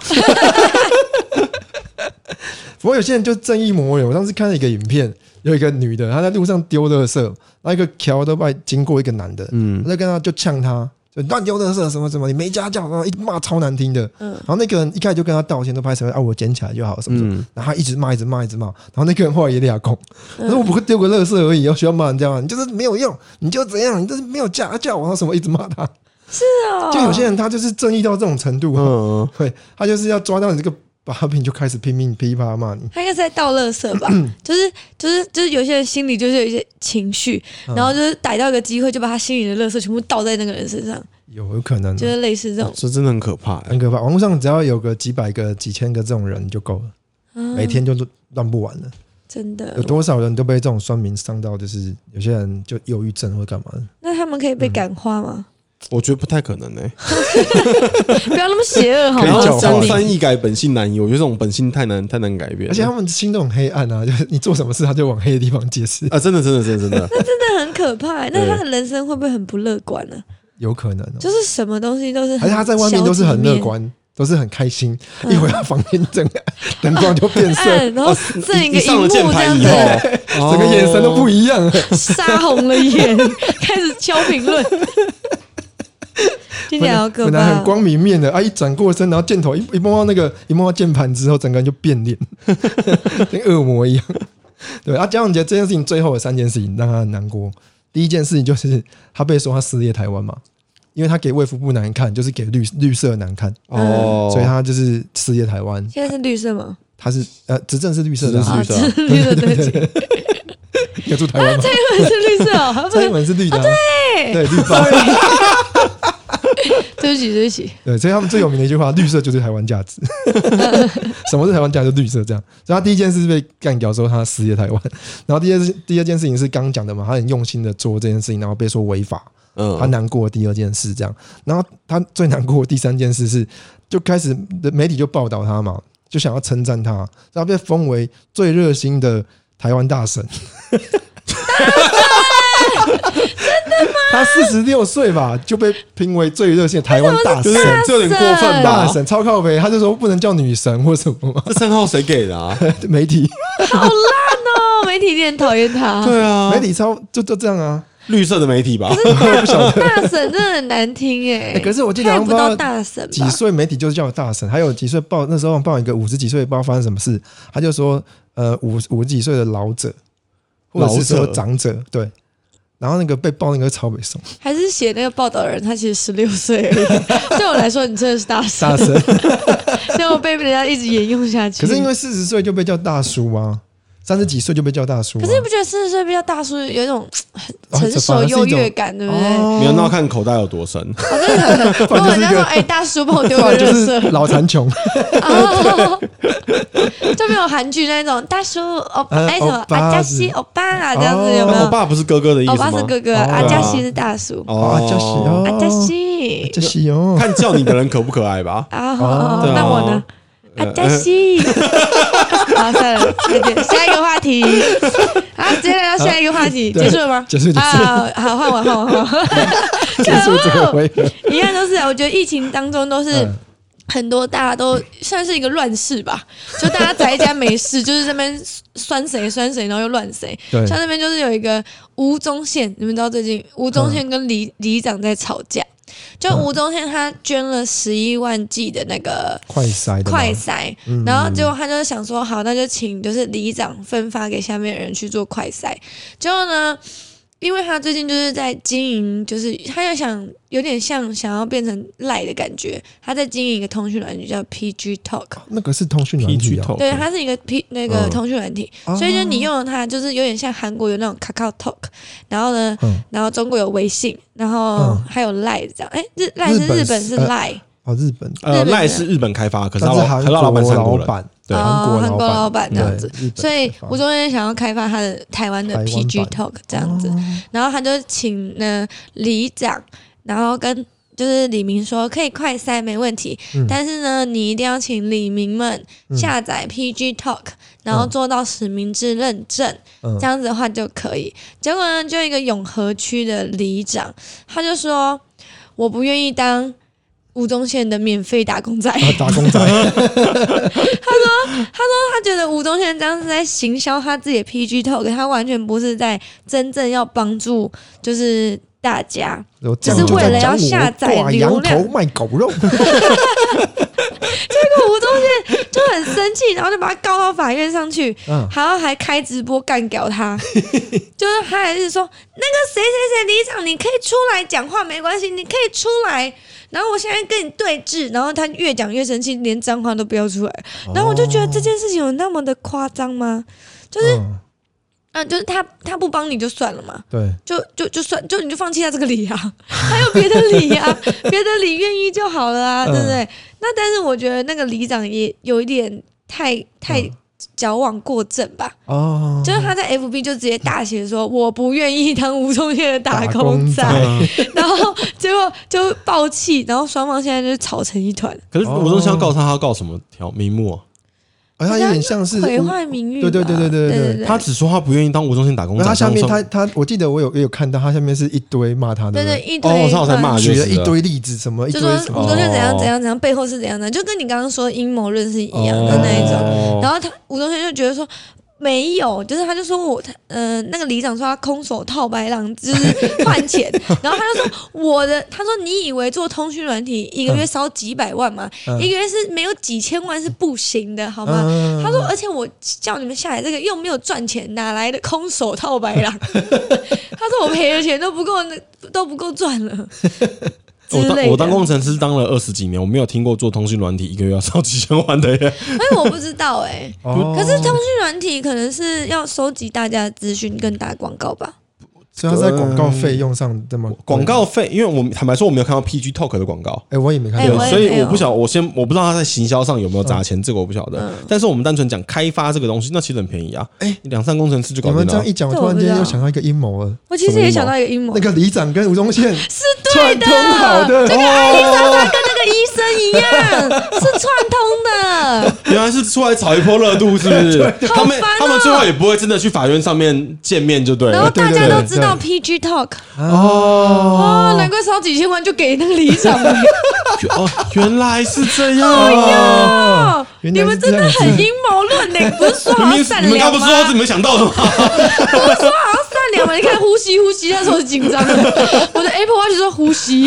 不过有些人就正义魔人。我上次看了一个影片，有一个女的，她在路上丢垃圾，然后一个桥都外经过一个男的，嗯，在跟他就呛他，就乱丢垃圾什么什么，你没家教，然后一骂超难听的，嗯，然后那个人一开始就跟他道歉，都拍成啊我捡起来就好什么什么， 嗯然后他一直骂一直骂一直骂，然后那个人后来也俩拱，他说我不会丢个垃圾而已，要需要骂人家吗？你就是没有用，你就怎样，你就是没有家教，然后什么一直骂他。 是哦， 就有些人他就是正义到这种程度， 嗯， 对他就是要抓到你这个把柄，就开始拼命噼啪骂你。 他应该是在倒垃圾吧？就是就是就是有些人心里就是有一些情绪， 嗯然后就是逮到一个机会，就把他心里的垃圾全部倒在那个人身上， 有有可能、啊， 就是类似这种。 这真的很可怕、欸很。可怕。网络上只要有个几百个、几千个这种人就够了， 啊每天就乱不完了。 真的有，多少人都被这种酸民伤到，就是有些人就忧郁症或干嘛的。 那他们可以被感化吗？ 我觉得不太可能诶、 不要那么邪恶好可以吗？ 然后教化江山易改，本性难移。我觉得这种本性太难太难改变了， 而且他们心都很黑暗啊，就是你做什么事，他就往黑的地方解释， 啊，真的真的真的真的， 真的很可怕。那他的人生会不会很不乐观呢？ 有可能、哦。 就是什么东西都是很， 而且他在外面都是很乐，观，都是很开心，一回到房间整个灯光就变色， 暗，然后剩一个一上荧幕了键盘这样子， 以后， 整个眼神都不一样了。 杀红了眼，开始敲评论。听起来好可本来很怕。 光明面的啊，一转过身，然后箭头一一摸到那个一摸到键盘之后，整个人就变脸，跟恶魔一样。对啊，江永杰这件事情最后的三件事情让他很难过。第一件事情就是他被说他撕裂台湾嘛， 因为他给卫福部难看，就是给绿绿色难看哦，所以他就是撕裂台湾。 现在是绿色吗？ 他是呃执政是绿色的， 是绿色， 啊、绿色对不起。 要住台湾吗？ 蔡英文是绿色哦， 蔡英文是绿的、啊， 哦、对对绿包。 对不起，对不起。 对，所以他们最有名的一句话，绿色就是台湾价值。什么是台湾价值？绿色这样。所以他第一件事是被干掉之后，他撕裂台湾。然后第二第二件事情是刚讲的嘛，他很用心的做这件事情，然后被说违法。嗯，他难过的第二件事这样。然后他最难过的第三件事是，就开始媒体就报道他嘛，就想要称赞他，他被封为最热心的台湾大神。 真的吗？ 他四十六岁吧，就被评为最热心的台湾大神， 这有点过分吧？ 大神超靠北，他就说不能叫女神或什么。 这称号谁给的啊？ 媒体。 好烂哦！媒体有点讨厌他。 对啊， 媒体超就就这样啊。 绿色的媒体吧， 不晓得。大神真的很难听哎、欸。 可是我记得看不到大神， 几岁媒体就是叫大神，还有几岁报那时候报一个五十几岁，不知道发生什么事，他就说呃五五十几岁的老者，或者是说长者，对。然后那个被报那个超北宋， 还是写那个报道的人，他其实十六岁而已。对我来说，你真的是大神， 大神。 结果被人家一直沿用下去。 可是因为四十岁就被叫大叔啊。三十几岁就被叫大叔、啊， 可是你不觉得四十岁被叫大叔有一种很成熟优越感，对不对？ 没有，那要看口袋有多深。 如果人家说：“哎、欸，大叔帮我丢个垃圾。” 老残穷， 就没有韩剧那种大叔欧哎什么阿加西欧巴啊这样子有没有？ 欧巴不是哥哥的意思吗？ 欧巴是哥哥，阿加西是大叔。 哦，阿加西哦， 阿加西， 阿加西哦， 看叫你的人可不可爱吧？ 啊，那我呢？阿加西，好，算了，再见，下一个话题。好，接下来到下一个话题，结束了吗？ 结束，结束。 啊，好，换我，换我，换我。 结束这个回合。 一样都是，我觉得疫情当中都是很多大家都算是一个乱世吧，就大家宅在家没事，就是这边酸谁酸谁，然后又乱谁。像那边就是有一个吴宗宪，你们知道最近吴宗宪跟里里长在吵架。就吴宗宪他捐了十一万剂的那个快筛， 快筛，然后结果他就想说，好，那就请就是里长分发给下面的人去做快筛。结果呢，因为他最近就是在经营，就是他就想有点像想要变成赖的感觉，他在经营一个通讯软体叫 P G Talk， 那个是通讯软体啊， 对，它是一个 P 那个通讯软体，嗯、所以就你用了它，就是有点像韩国有那种 Kakao Talk， 然后呢，嗯、然后中国有微信，然后还有 Line 这样，哎，日 Line 是日本是 Line。 哦，日本呃，Line 是日本开发，可是他韩国老板是老板， 对，韩国老板这样子，所以吴宗宪想要开发他的台湾的 P G Talk 这样子，然后他就请呢里长，然后跟就是里民说可以快筛没问题，嗯、但是呢你一定要请里民们下载 P G Talk，嗯、然后做到实名制认证，嗯、这样子的话就可以。结果呢，就一个永和区的里长，他就说我不愿意当吴宗宪的免费打工仔， 啊、打工仔。 他说：“他说他觉得吴宗宪这样是在行销他自己的 P G Talk， 他完全不是在真正要帮助就是大家，只是为了要下载流量。” 卖狗肉。 结果吴宗宪就很生气，然后就把他告到法院上去，嗯、然后还开直播干掉他，就是他还是说那个谁谁谁里长，你可以出来讲话没关系，你可以出来。然后我现在跟你对峙，然后他越讲越生气，连脏话都飙出来。然后我就觉得这件事情有那么的夸张吗？就是，嗯、啊，就是他他不帮你就算了嘛， 对， 就就就算就你就放弃他这个理啊，还有别的理啊，别的理愿意就好了啊，对不对？嗯、那但是我觉得那个里长也有一点太太。嗯矫枉过正吧，哦，就是他在 F B 就直接大写说我不愿意当吴宗宪的打工仔，然后结果就爆气，然后双方现在就吵成一团。 可是吴宗宪要告他，他要告什么条名目啊？ 而他有点像是毁坏名誉， 对对对对对 对, 对。 他只说他不愿意当吴宗宪打工仔， 他下面他他，我记得我有也有看到，他下面是一堆骂他的， 对对一堆， 哦，他才骂， 举了一堆例子，什么一堆什么， 吴宗宪怎样怎样怎样，背后是怎样的，就跟你刚刚说阴谋论是一样的那一种。哦、然后他吴宗宪就觉得说。没有，就是他就说我，呃，那个里长说他空手套白狼，就是换钱，然后他就说我的，他说你以为做通讯软体一个月烧几百万吗？嗯、一个月是没有几千万是不行的，好吗？嗯、他说，而且我叫你们下来这个又没有赚钱，哪来的空手套白狼？他说我赔的钱都不够，都不够赚了。 之类的。我当我当工程师当了二十几年，我没有听过做通讯软体一个月要烧几千万的耶。 哎，我不知道哎、欸。哦、可是通讯软体可能是要收集大家的资讯跟打广告吧。 所以它在广告费用上这么广告费，因为我坦白说我没有看到 P G Talk 的广告， 哎、欸，我也没看到， 欸、 所以我不晓得，我先我不知道他在行销上有没有砸钱，嗯、这个我不晓得。嗯、但是我们单纯讲开发这个东西，那其实很便宜啊，哎、欸，两三工程师就搞定了。 你们这样一讲，我突然间又想到一个阴谋了。 我其实也想到一个阴谋， 那个里长跟吴宗宪是对的， 串通好的， 就跟艾丽莎莎跟那个医生一样，是串通的。 原来是出来炒一波热度，是不是？他们他们最后也不会真的去法院上面见面，就对了。 然后大家都知道 P G Talk。哦，难怪烧几千万就给那个里长了。 哦，原来是这样啊！你们真的很阴谋论呢，不是说好善良吗？ 你们刚不是说是你们想到的吗？ 不是说好善良吗？你看呼吸呼吸，他说是紧张的。我的 Apple Watch 说呼吸。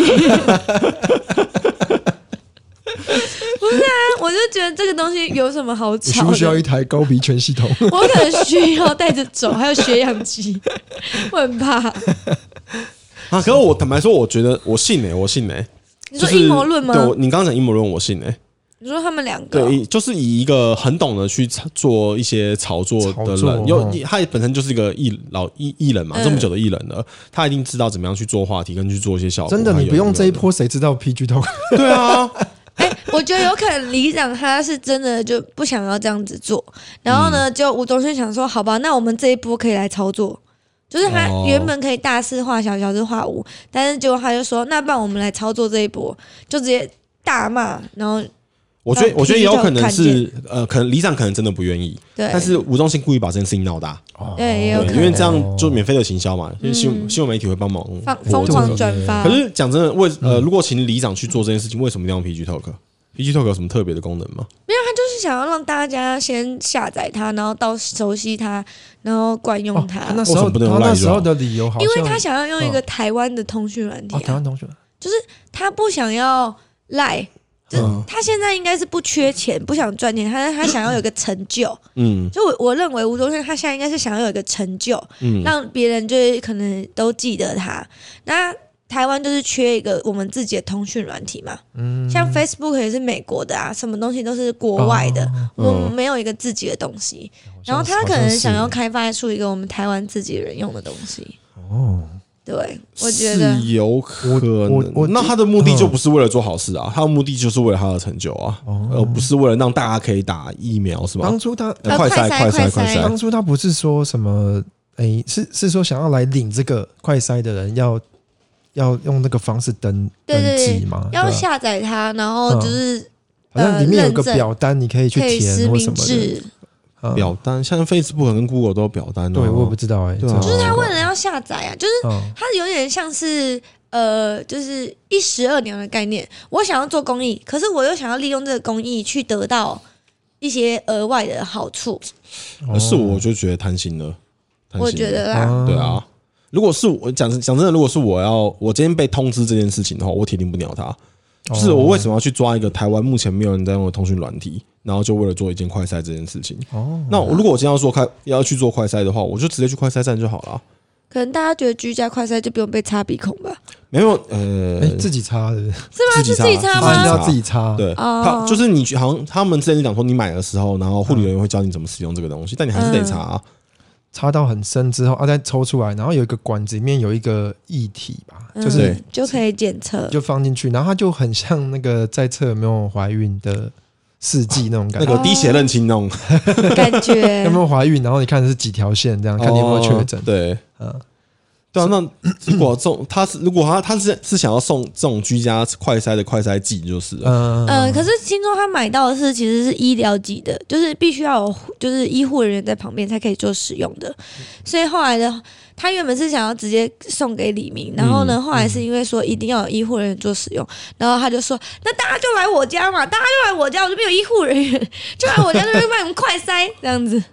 不是啊，我就觉得这个东西有什么好吵的？ 需不需要一台高鼻全系统？ 我可能需要带着走，还有血氧机，我很怕。 啊！可是我坦白说，我觉得我信哎、欸，我信哎、欸。 你说阴谋论吗？ 对，你刚刚讲阴谋论，我信哎、欸。 你说他们两个、哦， 对，就是以一个很懂得去做一些炒作的人，有他本身就是一个艺老艺艺人嘛，嗯、这么久的艺人了，他一定知道怎么样去做话题，跟去做一些效果。 真的，你不用这一波，谁知道 P G Talk？ 对啊。 哎、欸，我觉得有可能里长他是真的就不想要这样子做，然后呢，就吴宗宪想说，好吧，那我们这一波可以来操作，就是他原本可以大事化小，小事化无，但是结果他就说，那不然我们来操作这一波，就直接大骂，然后。 我觉得，我觉得也有可能是，呃，可能里长可能真的不愿意， 对。 但是吴宗宪故意把这件事情闹大， 对，也有可能， 因为这样就免费的行销嘛，因为新闻新闻媒体会帮忙疯狂转发。 可是讲真的，为呃，如果请里长去做这件事情，为什么一定要 P G Talk？P G Talk 有什么特别的功能吗？ 没有，他就是想要让大家先下载它，然后到熟悉它，然后惯用它。 哦、他那时候他那时候的理由好像， 因为他想要用一个台湾的通讯软体、啊哦，台湾通讯， 就是他不想要赖。就他现在应该是不缺钱，不想赚钱，他他想要有一个成就。嗯，就我我认为吴宗宪他现在应该是想要有一个成就，嗯，让别人就是可能都记得他。那台湾就是缺一个我们自己的通讯软体嘛，嗯，像 Facebook 也是美国的啊，什么东西都是国外的，哦、我们没有一个自己的东西。然后他可能想要开发出一个我们台湾自己人用的东西。哦。对，我觉得是有可能。我我那他的目的就不是为了做好事啊，他的目的就是为了他的成就啊，而不是为了让大家可以打疫苗，是吧？ 当初他快筛快筛快筛， 当初他不是说什么？哎，是是说想要来领这个快筛的人要要用那个方式登登记吗？ 要下载它，然后就是好像里面有个表单，你可以去填或什么的。 表单像 Facebook 跟 Google 都有表单、哦， 对，我也不知道哎、欸， 啊、就是他为了要下载啊，就是他有点像是呃，就是一石二鸟的概念。我想要做公益，可是我又想要利用这个公益去得到一些额外的好处。 哦、是我就觉得贪心了，贪心了我觉得啦， 对啊。如果是我讲讲真的，如果是我要我今天被通知这件事情的话，我铁定不鸟他。就是我为什么要去抓一个台湾目前没有人在用的通讯软体，然后就为了做一件快筛这件事情？哦，那如果我今天要说开要去做快筛的话，我就直接去快筛站就好了。 可能大家觉得居家快筛就不用被插鼻孔吧？ 没有，呃， 欸、自己插的， 是吗？是自己插吗？ 要自己插。 对，他就是你好像他们之前讲说，你买的时候，然后护理人员会教你怎么使用这个东西，但你还是得插、啊。 插到很深之后，啊，再抽出来，然后有一个管子里面有一个液体吧， 嗯、 就是就可以检测， 就放进去，然后它就很像那个在测有没有怀孕的试剂那种感觉， 那个滴血认亲那种感觉， 有没有怀孕？然后你看是几条线，这样看你有没有确诊、哦。 对，嗯。对啊，那如果送他是如果他他是是想要送这种居家快筛的快筛剂就是了， 嗯、呃，可是听说他买到的是其实是医疗级的，就是必须要有就是医护人员在旁边才可以做使用的，所以后来的他原本是想要直接送给李明，然后呢，后来是因为说一定要有医护人员做使用，然后他就说那大家就来我家嘛，大家就来我家，我这边有医护人员，就来我家这边帮你们快筛这样子。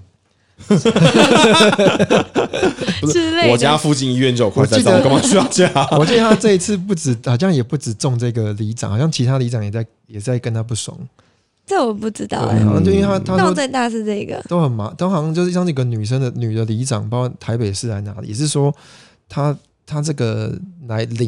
之类的， 我家附近医院就有快筛站，我干嘛去他家？ 我记得他这一次不止，好像也不止中这个里长，好像其他里长也在也在跟他不爽。 这我不知道哎、 欸，好像就因为他他闹最大是这个， 都很麻，都好像就是像这个女生的女的里长，包括台北市来哪里，也是说他他这个来领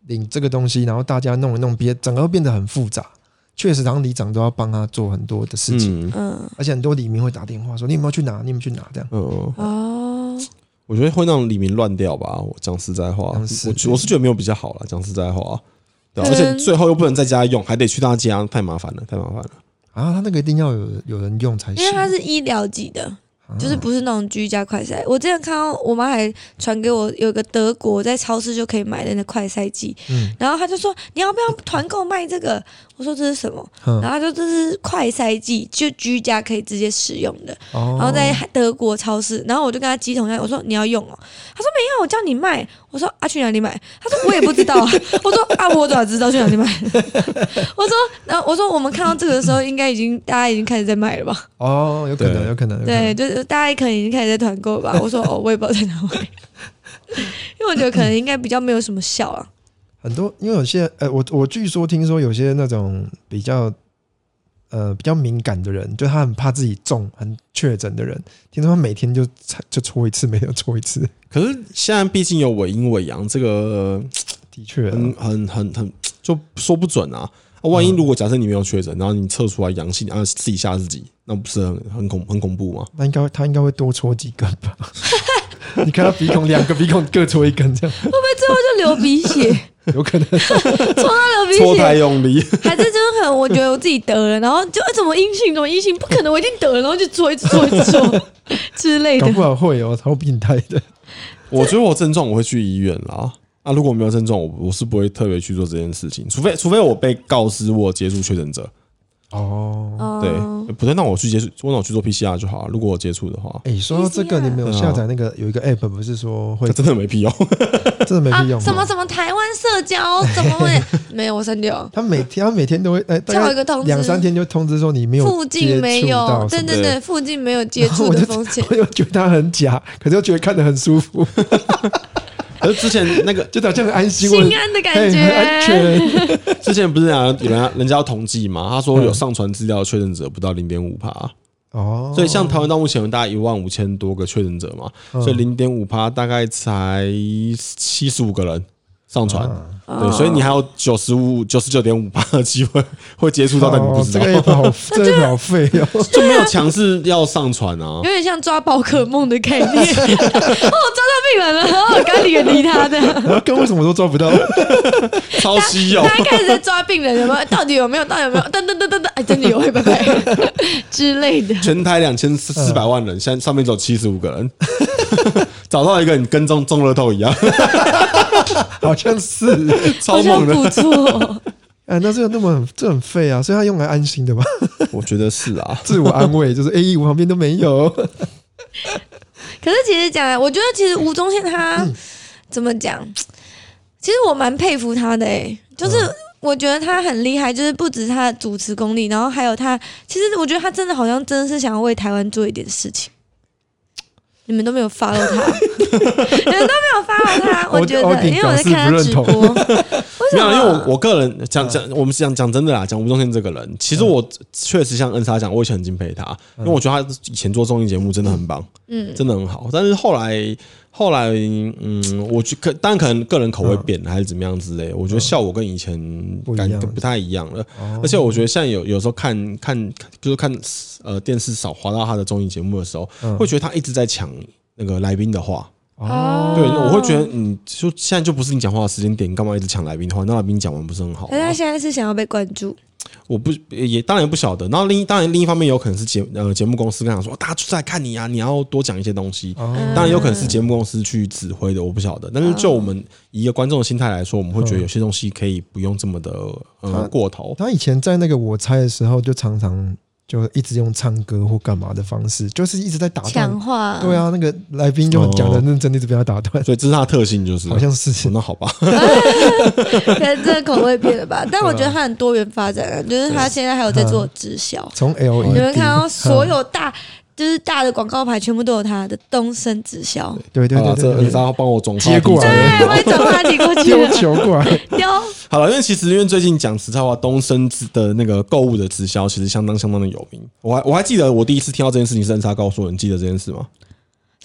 领这个东西，然后大家弄一弄，别整个变得很复杂。确实，然后里长都要帮他做很多的事情，嗯，而且很多里民会打电话说：“你有没有去拿？你有没有去拿？”这样，嗯哦，我觉得会让里民乱掉吧。我讲实在话，我我是觉得没有比较好了。讲实在话，对、啊，而且最后又不能在家用，还得去他家，太麻烦了，太麻烦了。 啊，他那个一定要有有人用才行， 因为它是医疗级的。就是不是那种居家快筛，我之前看到我妈还传给我有个德国在超市就可以买的那快筛剂，嗯，然后她就说你要不要团购卖这个？我说这是什么？嗯、然后她说这是快筛剂，就居家可以直接使用的，哦、然后在德国超市，然后我就跟她鸡同鸭，我说你要用哦，她说没有，我叫你卖，我说啊去哪里买？她说我也不知道啊，我说啊我咋知道去哪里买？我说然后我说我们看到这个的时候，应该已经大家已经开始在卖了吧？ 哦，有可能，有可能， 对，就是大家可能已经开始在团购吧。我说哦，我也不知道在哪买，因为我觉得可能应该比较没有什么效啊。 很多，因为有些呃，我我据说听说有些那种比较呃比较敏感的人，就他很怕自己中很确诊的人，听说他每天就就戳一次，每天戳一次。 可是现在毕竟有伪阴伪阳，这个、呃、 的确很很很很就说不准啊。万一如果假设你没有确诊，然后你测出来阳性，然后自己吓自己，那不是很很恐很恐怖吗？ 那应该他应该会多戳几根吧？你看他鼻孔两个鼻孔各戳一根，这样会不会最后就流鼻血？ 有可能戳到流鼻血， 戳太用力， 还是真的很？我觉得我自己得了，然后就怎么阴性，怎么阴性？不可能，我一定得了，然后就戳一直戳一直戳之类的。 搞不好会哦，超病态的。 我觉得我症状我会去医院啦。啊，如果没有症状，我我是不会特别去做这件事情，除非除非我被告知我接触确诊者。哦，对，不对，那我去接触，那我去做 P C R 就好了。如果我接触的话， 哎、欸，说到这个，你们有下载那个有一个 app， 不是说会真的没屁用， 真的没屁用、 啊？什么什么台湾社交怎么会没有？我删掉。 他每天他每天都会哎， 叫一个通知， 两三天就通知说你没有附近没有，对对对，附近没有接触的风险。 我又觉得他很假，可是又觉得看得很舒服。 可是之前那个就好像很安心、 心安的感觉， 很安全。 之前不是啊，有人人家要统计嘛，他说有上传资料的确诊者不到零点五趴。哦，所以像台湾到目前有大概一万五千多个确诊者嘛，嗯、所以零点五趴大概才七十五个人上传。嗯、对，所以你还有九十五、九十九点五趴的机会会接触到，但你不知道。 这个好，这个好废哦， 就没有强制要上传啊， 有点像抓宝可梦的概念。哦，抓到病人了，哦，赶紧远离他的。 跟为什么都抓不到？ 超稀有。 他开始在抓病人，有没有？到底有没有？到底有没有？噔噔噔噔噔，哎，真的有，拜拜之类的。 全台两千四百万人，现在上面只有七十五个人，找到一个你跟中中乐透一样。 好像是超猛的，不错。 哎，那这个那么这很废啊，所以他用来安心的吧？ 我觉得是啊， 自我安慰，就是哎，我旁边都没有。 可是其实讲，我觉得其实吴宗宪他、嗯、怎么讲？其实我蛮佩服他的哎、欸，就是我觉得他很厉害，就是不止他的主持功力，然后还有他，其实我觉得他真的好像真的是想要为台湾做一点事情。你们都没有 follow 他，你们都没有 follow 他，我觉得，因为我在看他直播。 没有，因为我我个人讲讲，我们讲讲真的啦，讲吴宗宪这个人，其实我确实像恩莎讲，我以前很敬佩他，因为我觉得他以前做综艺节目真的很棒，嗯，真的很好。但是后来后来，嗯，我觉得当然可能个人口味变了，还是怎么样之类，我觉得效果跟以前感觉不太一样了。而且我觉得现在有有时候看看就是看呃电视少滑到他的综艺节目的时候，会觉得他一直在抢那个来宾的话。哦，对，我会觉得，嗯，就现在就不是你讲话的时间点，你干嘛一直抢来宾的话？那来宾讲完不是很好吗？ 但他现在是想要被关注， 我不也当然不晓得。然后另当然另一方面有可能是节呃节目公司跟他说，大家就是来看你啊，你要多讲一些东西。哦、当然有可能是节目公司去指挥的，我不晓得。但是就我们以一个观众的心态来说，我们会觉得有些东西可以不用这么的呃过头。 他以前在那个我猜的时候，就常常。就一直用唱歌或干嘛的方式，就是一直在打断强化。 对啊，那个来宾就讲的认真，一直被他打断， 所以这是他的特性，就是好像是。 哦、那好吧， 可能这个口味变了吧？但我觉得他很多元发展啊，就是他现在还有在做直销， 从 L E D， 你们看到所有大。就是大的广告牌全部都有他的东升直销， 对对对， 这恩莎帮我转接过来，对，我转话题过去， 丢球过来， 丢。 好了，因为其实因为最近讲实在话，东升的那个购物的直销其实相当相当的有名。我还我还记得我第一次听到这件事情是恩莎告诉我，你记得这件事吗？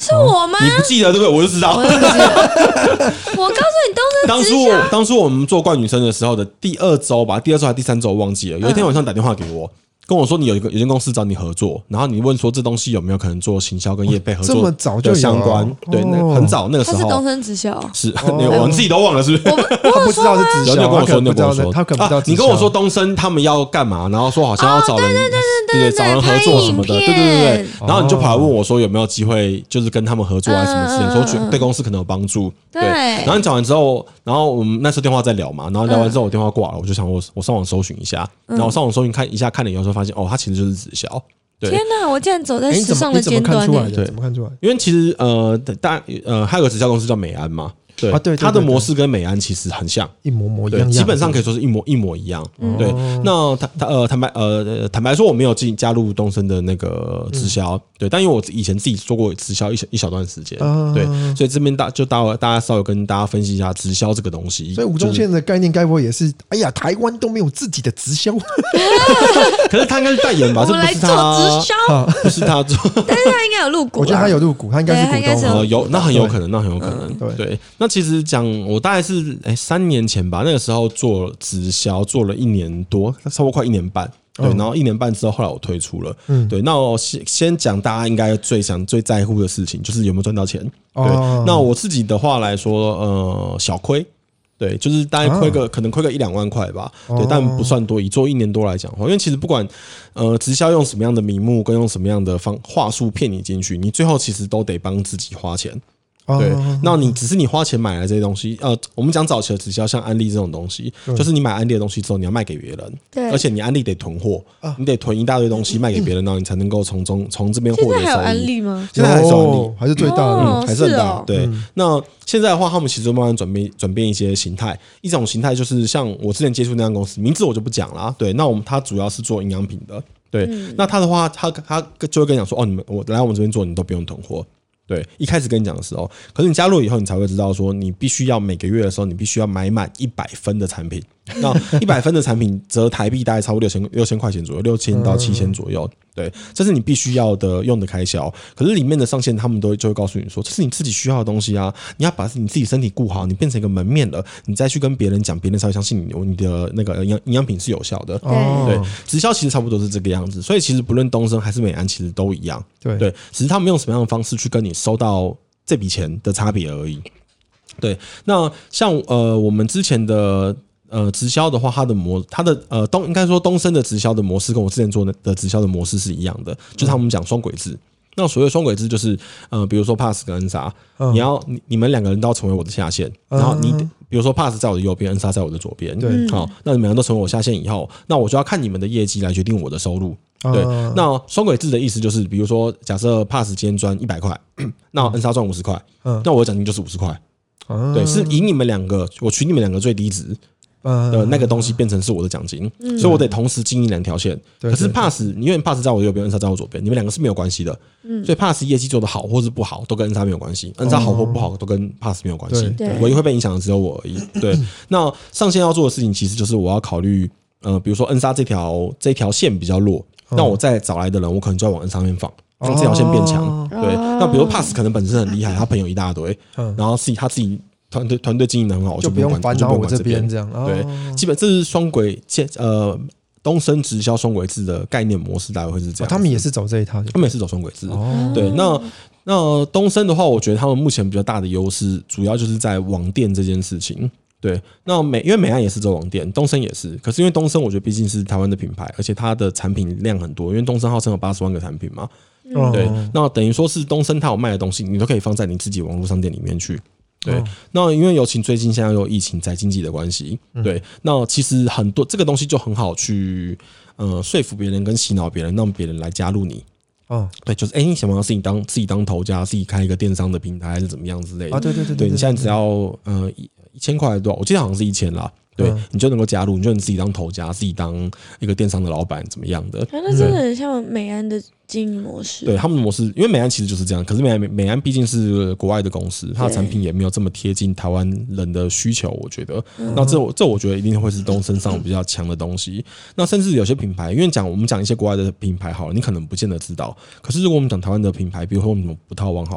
是我吗？ 你不记得对不对？我就知道。 我, 我告诉你， 当初我当初我们做冠女生的时候的第二周吧，第二周还第三周忘记了。有一天晚上打电话给我。跟我说你有一个有间公司找你合作，然后你问说这东西有没有可能做行销跟业配合作的相关？哦、对，那很早那个时候。 他是东森直销， 是，哦、我们自己都忘了，是不是？ 我他不知道是直销， 你跟我说，你跟我说， 他可能不知道、啊。 你跟我说东森他们要干嘛，然后说好像要找人， 哦、对对对对对对，找人合作什么的，对对对对。然后你就跑来问我说有没有机会，就是跟他们合作啊什么事情，说对公司可能有帮助。对。然后你讲完之后，然后我们那时候电话在聊嘛，然后聊完之后我电话挂了，我就想我我上网搜寻一下，然后上网搜寻看一下，看了以后发现哦，他其实就是。直销， 天哪！我竟然走在时尚的尖端呢、欸！对，怎么看出来？ 因为其实呃，大呃，还有个直销公司叫美安嘛，对， 啊、对, 对, 对, 对， 它的模式跟美安其实很像， 一模模一样, 样， 基本上可以说是一模一模一样。嗯、对，那坦坦呃坦白呃坦白说，我没有进加入东森的那个直销，嗯、对，但因为我以前自己做过直销一小一小段时间，啊、对，所以这边大就大大家稍微跟大家分析一下直销这个东西。 所以吴宗宪的概念，该不会也是？哎呀，台湾都没有自己的直销， 可是他应该是代言吧？ 我们来做直销， 不是他做， 但是他应该有入股， 我觉得他有入股，他应该是股东， 呃，有那很有可能，那很有可能，嗯、对。那其实讲，我大概是哎、欸、三年前吧，那个时候做直销做了一年多，差不多快一年半。对，然后一年半之后，后来我退出了。嗯，对，那我先先讲大家应该最想、最在乎的事情，就是有没有赚到钱。对，哦、那我自己的话来说，呃，小亏。对，就是大概亏个、啊、可能亏个一两万块吧，对，哦、但不算多。以做一年多来讲，因为其实不管呃直销用什么样的名目，跟用什么样的方话术骗你进去，你最后其实都得帮自己花钱。对，那你只是你花钱买来这些东西，呃，我们讲早期的直销，像安利这种东西，就是你买安利的东西之后，你要卖给别人， 对， 而且你安利得囤货，你得囤一大堆东西卖给别人，然后你才能够从中从这边获得收益。 现在还有安利吗？ 现在还是安利， 还是最大的， 哦、 还是很大。 哦、 对，嗯、那现在的话，他们其实慢慢转变转变一些形态，一种形态就是像我之前接触那家公司，名字我就不讲了。对，那我们它主要是做营养品的，对，嗯、那他的话，他他就会跟你讲说，哦，你们我来我们这边做，你都不用囤货。对，一开始跟你讲的时候，可是你加入以后，你才会知道说，你必须要每个月的时候，你必须要买满一百分的产品。那一百分的产品折台币大概超过六千六千块钱左右，六千到七千左右。对，这是你必须要的用的开销。可是里面的上线，他们都就会告诉你说，这是你自己需要的东西啊，你要把你自己身体顾好，你变成一个门面了，你再去跟别人讲，别人才会相信你，你的那个营养品是有效的。 哦、 对，直销其实差不多是这个样子，所以其实不论东森还是美安，其实都一样。 对， 对，只是他们用什么样的方式去跟你收到这笔钱的差别而已。对，那像呃我们之前的。呃，直销的话，它的模，它的呃东应该说东森的直销的模式跟我之前做的直销的模式是一样的，就是他们讲双轨制。那所谓双轨制就是呃，比如说 Pass 跟 N 莎，你要你你们两个人都要成为我的下线，然后你比如说 Pass 在我的右边 ，N 莎在我的左边， 对， 好，那你们两个都成为我下线以后，那我就要看你们的业绩来决定我的收入。对，那双轨制的意思就是，比如说假设 Pass 今天赚一百块，那 N 莎赚五十块，那我的奖金就是五十块。对，是以你们两个，我取你们两个最低值。的那个东西变成是我的奖金，嗯、所以我得同时经营两条线。可是 Pass， 因为 Pass 在我右边 ，N 莎在我左边，你们两个是没有关系的。嗯、所以 Pass 业绩做得好或是不好，都跟 N 莎没有关系。N 莎好或不好，都跟 Pass 没有关系。唯一会被影响的只有我而已。对，那上线要做的事情，其实就是我要考虑，呃，比如说 N 莎这条这条线比较弱，那我再找来的人，我可能就要往 N 莎那边放。让这条线变强。哦、对，那比如 Pass 可能本身很厉害，他朋友一大堆，嗯、然后自己他自己。团队团队经营的很好， 就不用烦恼我这边这样。 对，哦、基本这是双轨呃东森直销双轨制的概念模式，大概会是这样、哦。 他们也是走这一套， 他们也是走双轨制。哦、对，那那东森的话，我觉得他们目前比较大的优势，主要就是在网店这件事情。对，那美因为美安也是走网店，东森也是。可是因为东森，我觉得毕竟是台湾的品牌，而且它的产品量很多，因为东森号称有八十万个产品嘛。嗯、对，那等于说是东森它有卖的东西，你都可以放在你自己网络商店里面去。对，那因为尤其最近现在有疫情、宅经济的关系，对，那其实很多这个东西就很好去呃说服别人跟洗脑别人，让别人来加入你。哦，对，就是哎、欸，你想不想自己当自己当头家，自己开一个电商的平台，还是怎么样之类的？ 啊，对对对 对, 对, 对, 对, 对, 对， 你现在只要呃一一千块多少，我记得好像是一千啦。对，嗯、你就能够加入，你就能自己当头家，自己当一个电商的老板，怎么样的？ 那真的很像美安的经营模式。 对，他们的模式，因为美安其实就是这样。可是美安美安毕竟是国外的公司，它的产品也没有这么贴近台湾人的需求，我觉得。嗯、那这这我觉得一定会是东森上比较强的东西。那甚至有些品牌，因为讲我们讲一些国外的品牌好了，你可能不见得知道。可是如果我们讲台湾的品牌，比如说我们葡萄王好了。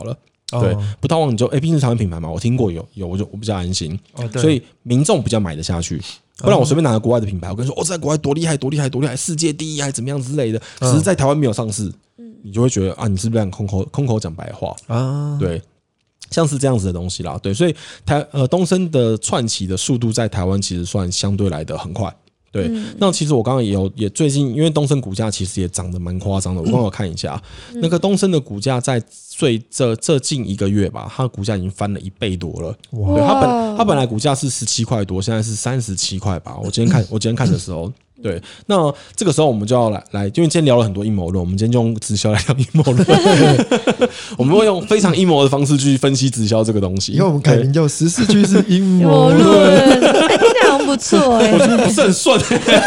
对，哦、不套王你就哎，毕竟是台湾品牌嘛，我听过有有，我就我比较安心，哦、所以民众比较买得下去。不然我随便拿个国外的品牌，我跟你说，哦，在国外多厉害，多厉害，多厉害，世界第一还怎么样之类的，只是在台湾没有上市，嗯、你就会觉得啊，你是不是空口空口讲白话啊？对，像是这样子的东西啦。对，所以台呃东升的窜起的速度在台湾其实算相对来的很快。对，嗯、那其实我刚刚也有也最近，因为东升股价其实也涨得蛮夸张的，我刚好看一下，嗯、那个东升的股价在最这这近一个月吧，它的股价已经翻了一倍多了。对，它本它本来股价是十七块多，现在是三十七块吧。我今天看我今天看的时候，对，那这个时候我们就要来来，因为今天聊了很多阴谋论，我们今天就用直销来聊阴谋论。我们会用非常阴谋的方式去分析直销这个东西。 以后我们改名叫十四趋势阴谋论。 哎，听起来很不错哎、欸， 我觉得不是很顺。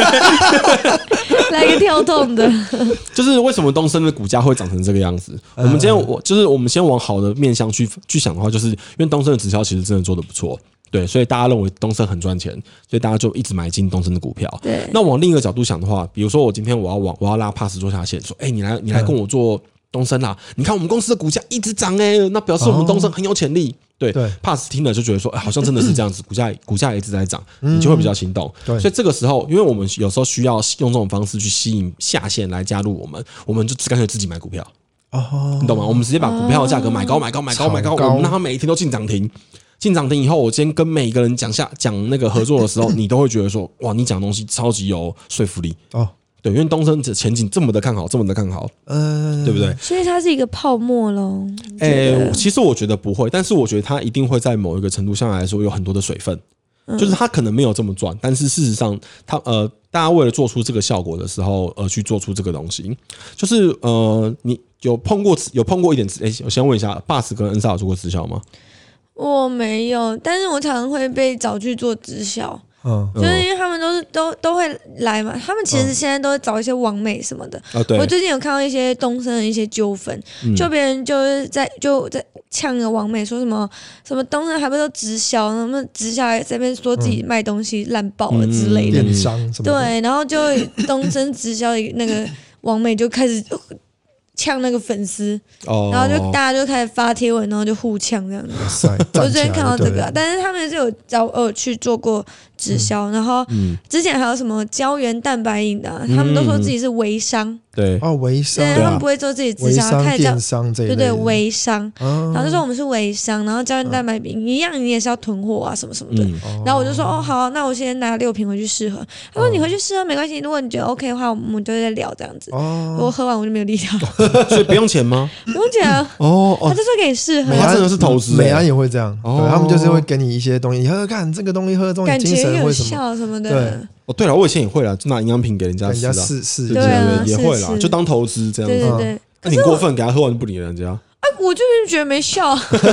来个跳动的， 就是为什么东升的股价会长成这个样子？我们今天我就是我们先往好的面向去去想的话，就是因为东升的直销其实真的做得不错。对，所以大家认为东升很赚钱，所以大家就一直买进东升的股票。 对， 那往另一个角度想的话，比如说我今天我要往我要拉 Pass 做下线，说，哎、欸，你来你来跟我做东升啦，你看我们公司的股价一直涨哎、欸，那表示我们东升很有潜力。对对 ，Pass 听了就觉得说，哎、欸，好像真的是这样子，股价股价也一直在涨，你就会比较心动。嗯、所以这个时候，因为我们有时候需要用这种方式去吸引下线来加入我们，我们就干脆自己买股票。哦，你懂吗？我们直接把股票的价格买高买高买高买高，我们让它每一天都进涨停。进涨停以后，我今天跟每一个人讲下讲那个合作的时候，你都会觉得说，哇，你讲的东西超级有说服力哦。对，因为东升的前景这么的看好，这么的看好，嗯，对不对？ 所以它是一个泡沫咯。 哎、欸，其实我觉得不会，但是我觉得它一定会在某一个程度上来说有很多的水分，嗯、就是它可能没有这么赚，但是事实上它呃，大家为了做出这个效果的时候，呃，去做出这个东西，就是呃，你有碰过有碰过一点？哎、欸，我先问一下 ，Bus 跟恩莎有做过直销吗？ 我没有，但是我常常会被找去做直销。嗯，就是因为他们都是都都会来嘛，他们其实现在都会找一些网美什么的。哦，对。我最近有看到一些东升的一些纠纷，嗯、就别人就是在就在呛个网美，说什么什么东升还不是都直销，什么直销在这边说自己卖东西烂爆了之类的， 电商什么的。 对，然后就东升直销的那个网美就开始呛那个粉丝，哦、然后就大家就开始发贴文，然后就互呛这样子。我之前看到这个、啊，但是他们是有找呃去做过直销，嗯、然后之前还有什么胶原蛋白饮的、啊，嗯、他们都说自己是微商。 对哦，微商， 对，他们不会做自己直销，开始叫电商这一类， 对对，微商，哦、然后就说我们是微商，然后胶原蛋白饮一样，你也是要囤货啊，什么什么的。嗯、然后我就说哦好，那我先拿六瓶回去试喝。他说你回去试喝没关系，如果你觉得 OK 的话，我们就在聊这样子。哦，我喝完我就没有力量， 所以不用钱吗？ 不用钱啊。哦，他就说给你试喝， 他真的是投资， 美安也会这样，对，他们就是会给你一些东西，你喝喝看，这个东西喝中你精神会什么什么的。 对。 哦，对了，我以前也会啦，就拿营养品给人家吃， 人家试试， 对啊， 也会啦，就当投资这样子。 对对对， 那你过分，给他喝完就不理人家。 哎，我就是觉得没效，不是，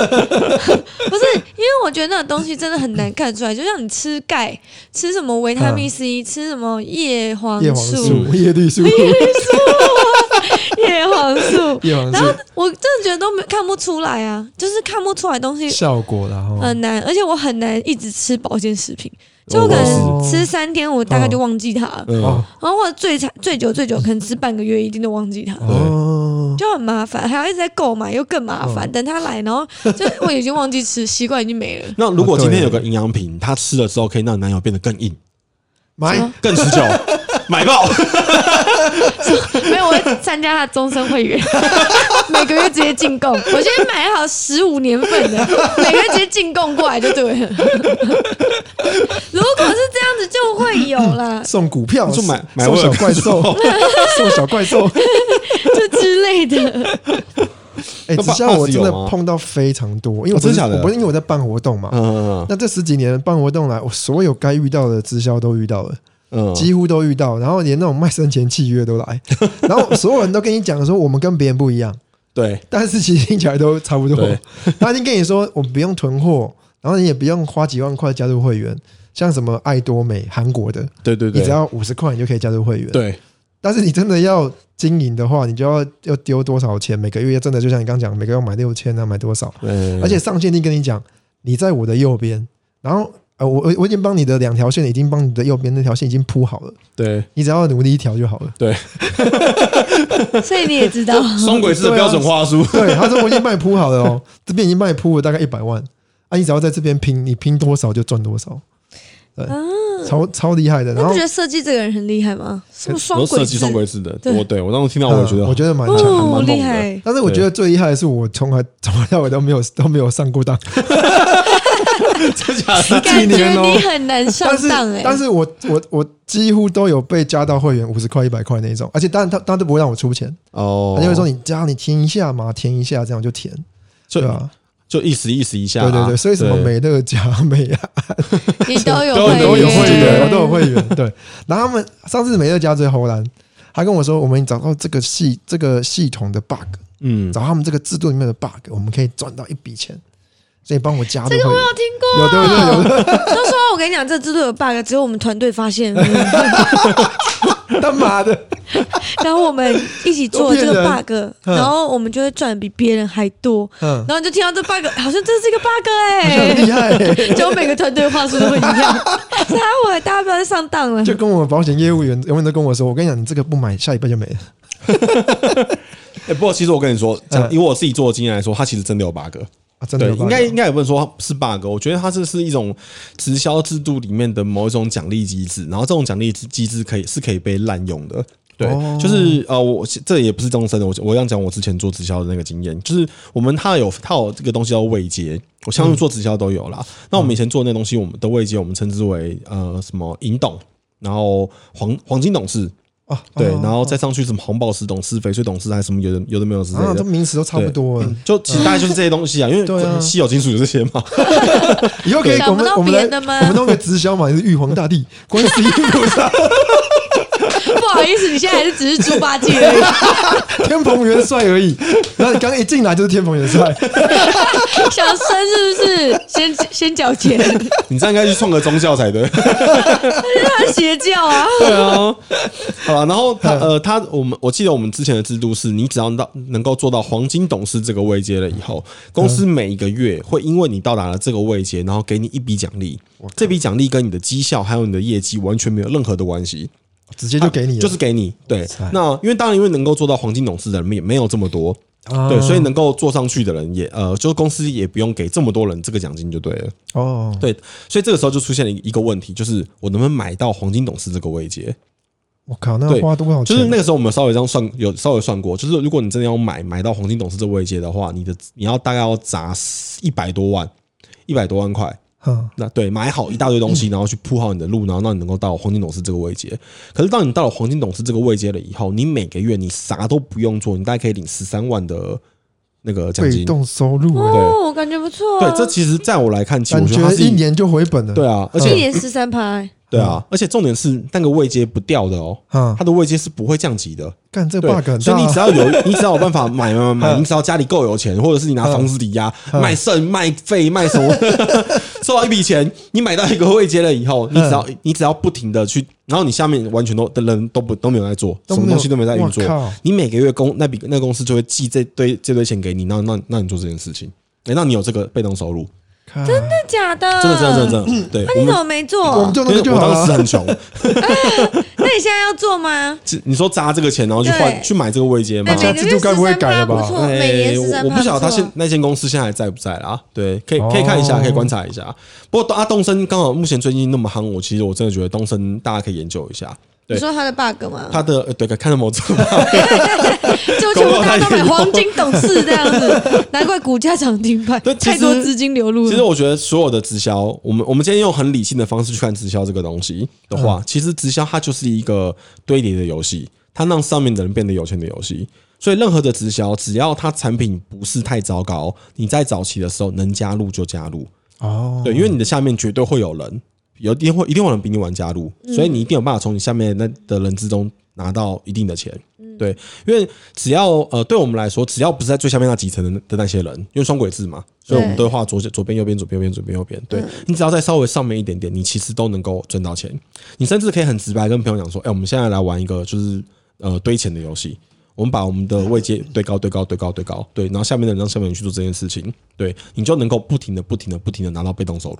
因为我觉得那种东西真的很难看出来，就像你吃钙，吃什么维他命 C，、嗯、吃什么叶黄素、 叶绿素、 叶绿素、叶黄素， 叶黄素， 然后我真的觉得都没看不出来啊，就是看不出来东西效果啦， 很难，而且我很难一直吃保健食品。就可能吃三天，我大概就忘记它了。嗯、然后或者最长最久最久，可能吃半个月，一定都忘记它。哦，就很麻烦，还要一直在购买，又更麻烦。哦、等它来，然后就我已经忘记吃，习惯已经没了。 那如果今天有个营养品，它吃了之后可以让男友变得更硬， 买更持久，买爆！ 没有，我会参加他的终身会员，每个月直接进贡。我现在买好十五年份的，每个月直接进贡过来就对了。如果是这样子，就会有啦。 送股票， 就买买送小怪兽，送小怪兽， 就之类的。 哎、欸，直销我真的碰到非常多，因为我不是、哦、我不是因为我在办活动嘛，嗯嗯嗯，那这十几年办活动来，我所有该遇到的直销都遇到了。嗯，几乎都遇到，然后连那种卖生前契约都来，然后所有人都跟你讲说我们跟别人不一样， 对， 但是其实听起来都差不多。他已经跟你说我们不用囤货，然后你也不用花几万块加入会员，像什么爱多美韩国的， 对对对， 你只要五十块你就可以加入会员， 对。 但是你真的要经营的话，你就要要丢多少钱？每个月真的就像你刚讲，每个月要买六千啊，买多少？而且上线一定跟你讲，你在我的右边，然后。 呃，我我已经帮你的两条线已经帮你的右边那条线已经铺好了， 对， 你只要努力一条就好了。 对， 所以你也知道双轨制的标准话术。 对，他说我已经帮你铺好了哦，这边已经帮你铺了大概一百万，啊，你只要在这边拼，你拼多少就赚多少。对，啊、超超厉害的。然后你不觉得设计这个人很厉害吗？什么双轨制？ 设计双轨制的，对我对我当时听到我也觉得， 嗯、我觉得蛮强， 哦、 蛮厉害。 但是我觉得最厉害的是，我从来从来到尾都没有都没有上过当。 真假的？ 感觉你很难上当哎、欸。 但是我我我几乎都有被加到会员五十块、一百块那种，而且当然他他都不会让我出钱哦，他就会说你加你填一下嘛，填一下这样就填，对吧？ 就意思意思一下、 啊，对对对，所以什么美乐家、美安， 你都有都都有会员，我都有会员。对，然后他们上次美乐家最后来，他跟我说，我们找到这个系这个系统的 bug， 嗯，找他们这个制度里面的 bug， 我们可以赚到一笔钱。所以帮我加这个我有听过， 有对对有的。 都说我跟你讲，这制度有 bug， 只有我们团队发现。 他妈的！ 然后我们一起做这个 bug， 然后我们就会赚比别人还多。嗯、然后就听到这 bug， 好像这是一个 bug 哎、欸， 很厉害、欸。 就每个团队的话术都会一样。所以我大家不要再上当了。 就跟我们保险业务员永远都跟我说，我跟你讲，你这个不买，下礼拜就没了。 哎、欸，不过其实我跟你说，讲以我自己做的经验来说，它其实真的有 bug。 啊、真的有 bug 对，应该应该也不能说是 bug， 我觉得它这是一种直销制度里面的某一种奖励机制，然后这种奖励机制可以是可以被滥用的。对，哦、就是呃，我这也不是终身的，我我这样讲，我之前做直销的那个经验，就是我们它有它有这个东西叫位阶，我相信做直销都有啦。嗯、那我们以前做的那东西，我们的位阶我们称之为呃什么银董，然后黄黄金董事。啊，对，然后再上去什么红宝石董事、翡翠董事，还是什么有的有的没有之类的， 啊，这名词都差不多了。 就其实大概就是这些东西啊，因为稀有金属有这些嘛。 以后可以我们我们来我们弄个直销嘛，是玉皇大帝、观世音菩萨。 不好意思，你现在还是只是猪八戒而已， 天蓬元帅而已。然后你刚刚一进来就是天蓬元帅， 想升是不是？先先缴钱。 你这样应该去创个宗教才对。 他是邪教啊。 对啊。好了，然后他呃，他我们我记得我们之前的制度是，你只要到能够做到黄金董事这个位阶了以后，公司每一个月会因为你到达了这个位阶，然后给你一笔奖励。这笔奖励跟你的绩效还有你的业绩完全没有任何的关系。 直接就给你了、啊， 就是给你。对，那因为当然，因为能够做到黄金董事的人也没有这么多，啊、对，所以能够做上去的人也呃，就是公司也不用给这么多人这个奖金就对了。哦，对，所以这个时候就出现了一个问题，就是我能不能买到黄金董事这个位阶？ 我靠，那花多少钱？ 就是那个时候我们稍微这样算，有稍微算过，就是如果你真的要买买到黄金董事这个位阶的话，你的你要大概要砸一百多万，一百多万块。那对，买好一大堆东西，然后去铺好你的路，然后让你能够到黄金董事这个位阶。可是当你到了黄金董事这个位阶了以后，你每个月你啥都不用做，你大概可以领十三万的那个奖金， 被动收入。 对，哦，感觉不错、 啊。对，这其实在我来看，其实我觉得一年就回本了。 对啊，而且一年十三趴。 对啊，而且重点是那个位阶不掉的哦，它的位阶是不会降级的。 干这个 bug 很大， 所以你只要有，你只要有办法买买买，你只要家里够有钱，或者是你拿房子抵押卖肾卖肺卖什么，收到一笔钱，你买到一个位阶了以后，你只要你只要不停的去，然后你下面完全都的人都不都没有在做，什么东西都没有在运作，你每个月公那笔那公司就会寄这堆这堆钱给你，然后让让你做这件事情，哎，让你有这个被动收入。 真的假的？ 真的真的真的真的，对。 那、啊、你怎么没做？ 我们就那个就好了。我当时很穷、 啊。那你现在要做吗？ 你说砸这个钱，然后去换去买这个位阶吗？ 这制度该不会改了吧？ 不错，每年十三趴。 我不晓得他现那间公司现在还在不在啦？对，可以可以看一下，可以观察一下。不过啊，东森刚好目前最近那么夯，我其实我真的觉得东森大家可以研究一下。 你说他的 bug 吗？ 他的对，看到某种 bug， 就全部大家都买黄金董事这样子，难怪股价涨停板，太多资金流入了。 其实我觉得所有的直销，我们我们今天用很理性的方式去看直销这个东西的话，嗯、其实直销它就是一个堆叠的游戏，它让上面的人变得有钱的游戏。所以任何的直销，只要它产品不是太糟糕，你在早期的时候能加入就加入。哦，对，因为你的下面绝对会有人。有一定会一定有人比你晚加入，所以你一定有办法从你下面那的人之中拿到一定的钱。对，因为只要呃，对我们来说，只要不是在最下面那几层的的那些人，因为双轨制嘛，所以我们都会画左左边右边左边右边左边右边。对，你只要在稍微上面一点点，你其实都能够赚到钱。你甚至可以很直白跟朋友讲说：“哎，我们现在来玩一个就是呃堆钱的游戏。”我们把我们的位阶堆高、堆高、堆高、堆高，对，然后下面的人让下面人去做这件事情，对，你就能够不停的、不停的、不停的拿到被动收入。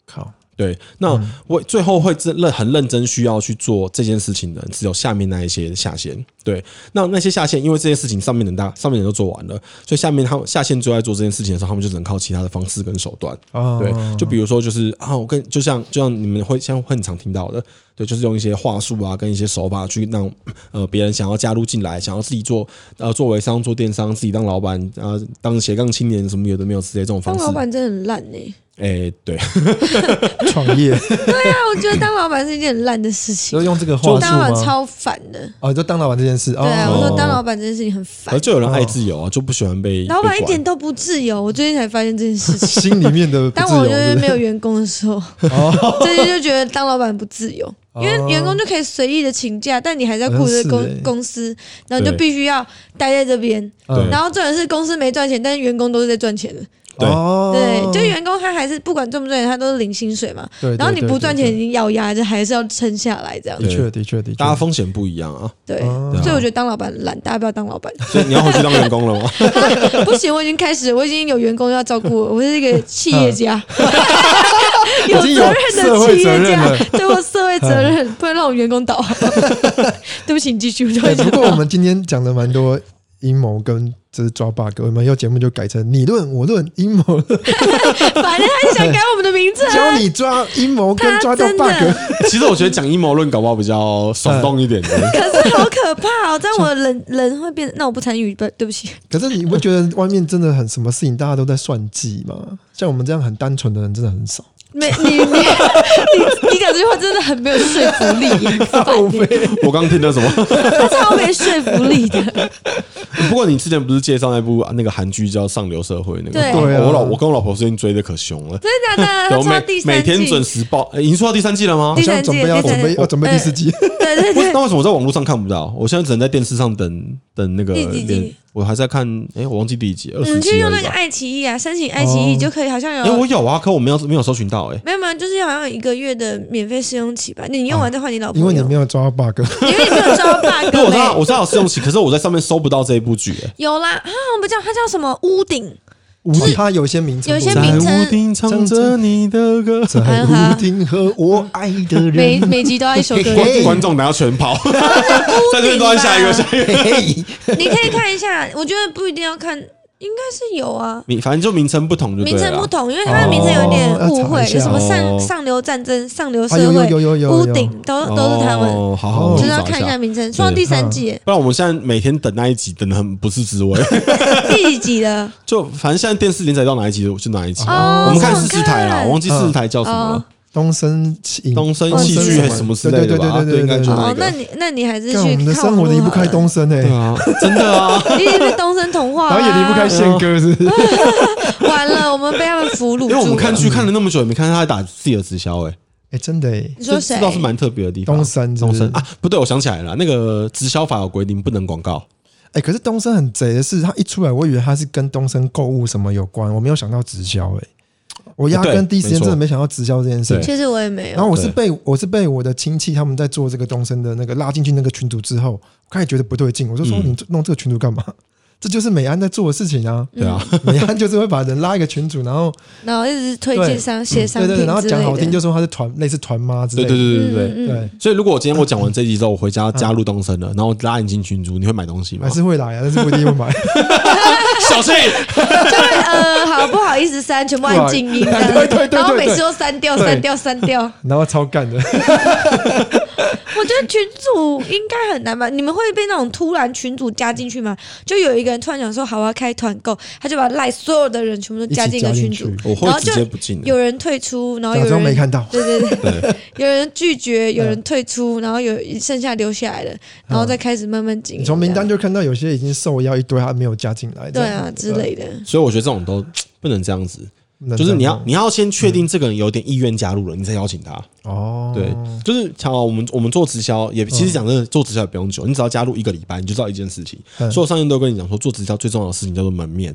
靠。 对，那我最后会真认很认真需要去做这件事情的人，只有下面那一些下线。对，那那些下线，因为这件事情上面人大上面人都做完了，所以下面他们下线就在做这件事情的时候，他们就只能靠其他的方式跟手段。哦、对，就比如说就是啊，我跟就像就像你们会像会很常听到的，对，就是用一些话术啊，跟一些手法去让呃别人想要加入进来，想要自己做呃做微商、做电商，自己当老板啊、呃，当斜杠青年什么有的没有之类这种方式。 当老板真的很烂哎、欸。 哎、欸，对， 创业， 对啊，我觉得当老板是一件很烂的事情。 就用这个话术吗？ 当老板超烦的。 哦，就当老板这件事。 对啊，我说当老板这件事情很烦。 而就有人爱自由啊，就不喜欢被老板一点都不自由。我最近才发现这件事情。 心里面的不自由。 当我就是没有员工的时候，最近就觉得当老板不自由。因为员工就可以随意的请假，但你还是要顾着公、欸、公司，然后就必须要待在这边。然后重点是公司没赚钱，但是员工都是在赚钱的。 对、 哦、 对，就员工他还是不管赚不赚钱，他都是领薪水嘛。 对对对对对， 然后你不赚钱，你咬牙着还是要撑下来，这样。 的确，的确，的确， 大家风险不一样啊。 对，哦、所以我觉得当老板懒，大家不要当老板。 所以你要回去当员工了吗？ 不行，我已经开始，我已经有员工要照顾我，我是一个企业家，有责任的企业家，对我社会责任，不能让我员工倒。对不起，你继续。 对，不过我们今天讲了蛮多阴谋跟就是抓 bug， 我们以后节目就改成你论我论阴谋论。 反正他想改我们的名字、啊， 教你抓阴谋跟抓到 bug。 其实我觉得讲阴谋论搞不好比较耸动一点的。 可是好可怕哦！这样我人人会变，那我不参与，对不起。 可是你不觉得外面真的很什么事情大家都在算计吗？像我们这样很单纯的人真的很少。 没你你你你讲这句话真的很没有说服力。 我刚听的什么？ 他超没说服力的。 不过你之前不是介绍那部那个韩剧叫《上流社会》那个？ 对， 我老我跟我老婆最近追的可凶了。 真的假的？ 我每每天准时报，已经出到第三季了吗？ 第三季， 准备要准备要准备第四季。 对对对。 那为什么我在网络上看不到？我现在只能在电视上等等那个。我还在看，哎、欸，我忘记第几集，二十集。 你去用那个爱奇艺啊，申请爱奇艺就可以，好像有。 哎、欸，我有啊，可我没有没有搜寻到、欸，哎， 没有没有，就是好像有一个月的免费试用期吧，你用完再换你老婆、哦。 因为你没有抓到 bug， 因为你没有抓到 bug。 我知道我知道有试用期，可是我在上面搜不到这一部剧、欸。 有啦，啊，我们叫它叫什么屋顶。 就是它有一些名称， 有一些名称。 在屋顶唱着你的歌， 在屋顶和我爱的人。 每每集都要一首歌。 观众等下全跑，在这边端下一个下一个。你可以看一下，我觉得不一定要看。应该是有啊， 反正就名称不同就对了。 名称不同，因为它的名称有点误会，有什么上上流战争、上流社会、屋顶，都都是他们。 哦，好好， 就是要看一下名称。说到第三季， 不然我们现在每天等那一集，等得很不是滋味。 第几集了？ 就反正现在电视连载到哪一集就哪一集。我们看是四台啦，我忘记四台叫什么了。 东森东森戏剧还是什么之类的吧？对，应该就那个。 那你那你还是去看我们的生活离不开东森诶。 对啊，真的啊， 你也被东森同化， 然后也离不开宪哥是。 完了，我们被他们俘虏住了。 因为我们看剧看了那么久，也没看到他打自己的直销诶。 哎，真的哎， 你说谁？ 这倒是蛮特别的地方。 东森， 东森啊，不对，我想起来了，那个直销法有规定不能广告。 哎，可是东森很贼的是，他一出来，我以为他是跟东森购物什么有关，我没有想到直销哎。我压根第一时间真的没想到直销这件事情， 其实我也没有。 然后我是被我是被我的亲戚他们在做这个东森的那个拉进去那个群组之后，我开始觉得不对劲，我就说你弄这个群组干嘛？这就是美安在做的事情啊！ 对啊， 美安就是会把人拉一个群组，然后然后一直推荐商写商品， 对对，然后讲好听就说他是团类似团妈之类的， 对对对对对对。 所以如果我今天我讲完这一集之后，我回家加入东森了，然后拉你进群组，你会买东西吗？ 还是会来啊，但是不一定会买。 小心， 就会呃，好不好意思删，全部按静音， 对对对， 然后每次都删掉、删掉、删掉， 然后超干的。 我觉得群组应该很难吧？你们会被那种突然群组加进去吗？就有一个人突然想说好，我要开团购，他就把赖所有的人全部都加进一个群组， 我会直接不进。 有人退出，然后有人没看到， 对对对，有人拒绝，有人退出，然后有剩下留下来的，然后再开始慢慢进。 你从名单就看到有些已经受邀一堆，他没有加进来， 对啊之类的。 所以我觉得这种都不能这样子。就是你要你要先确定这个人有点意愿加入了，你再邀请他。哦，对，就是像我们我们做直销也其实讲真的，做直销也不用久，你只要加入一个礼拜，你就知道一件事情。所有商人都跟你讲说，做直销最重要的事情叫做门面。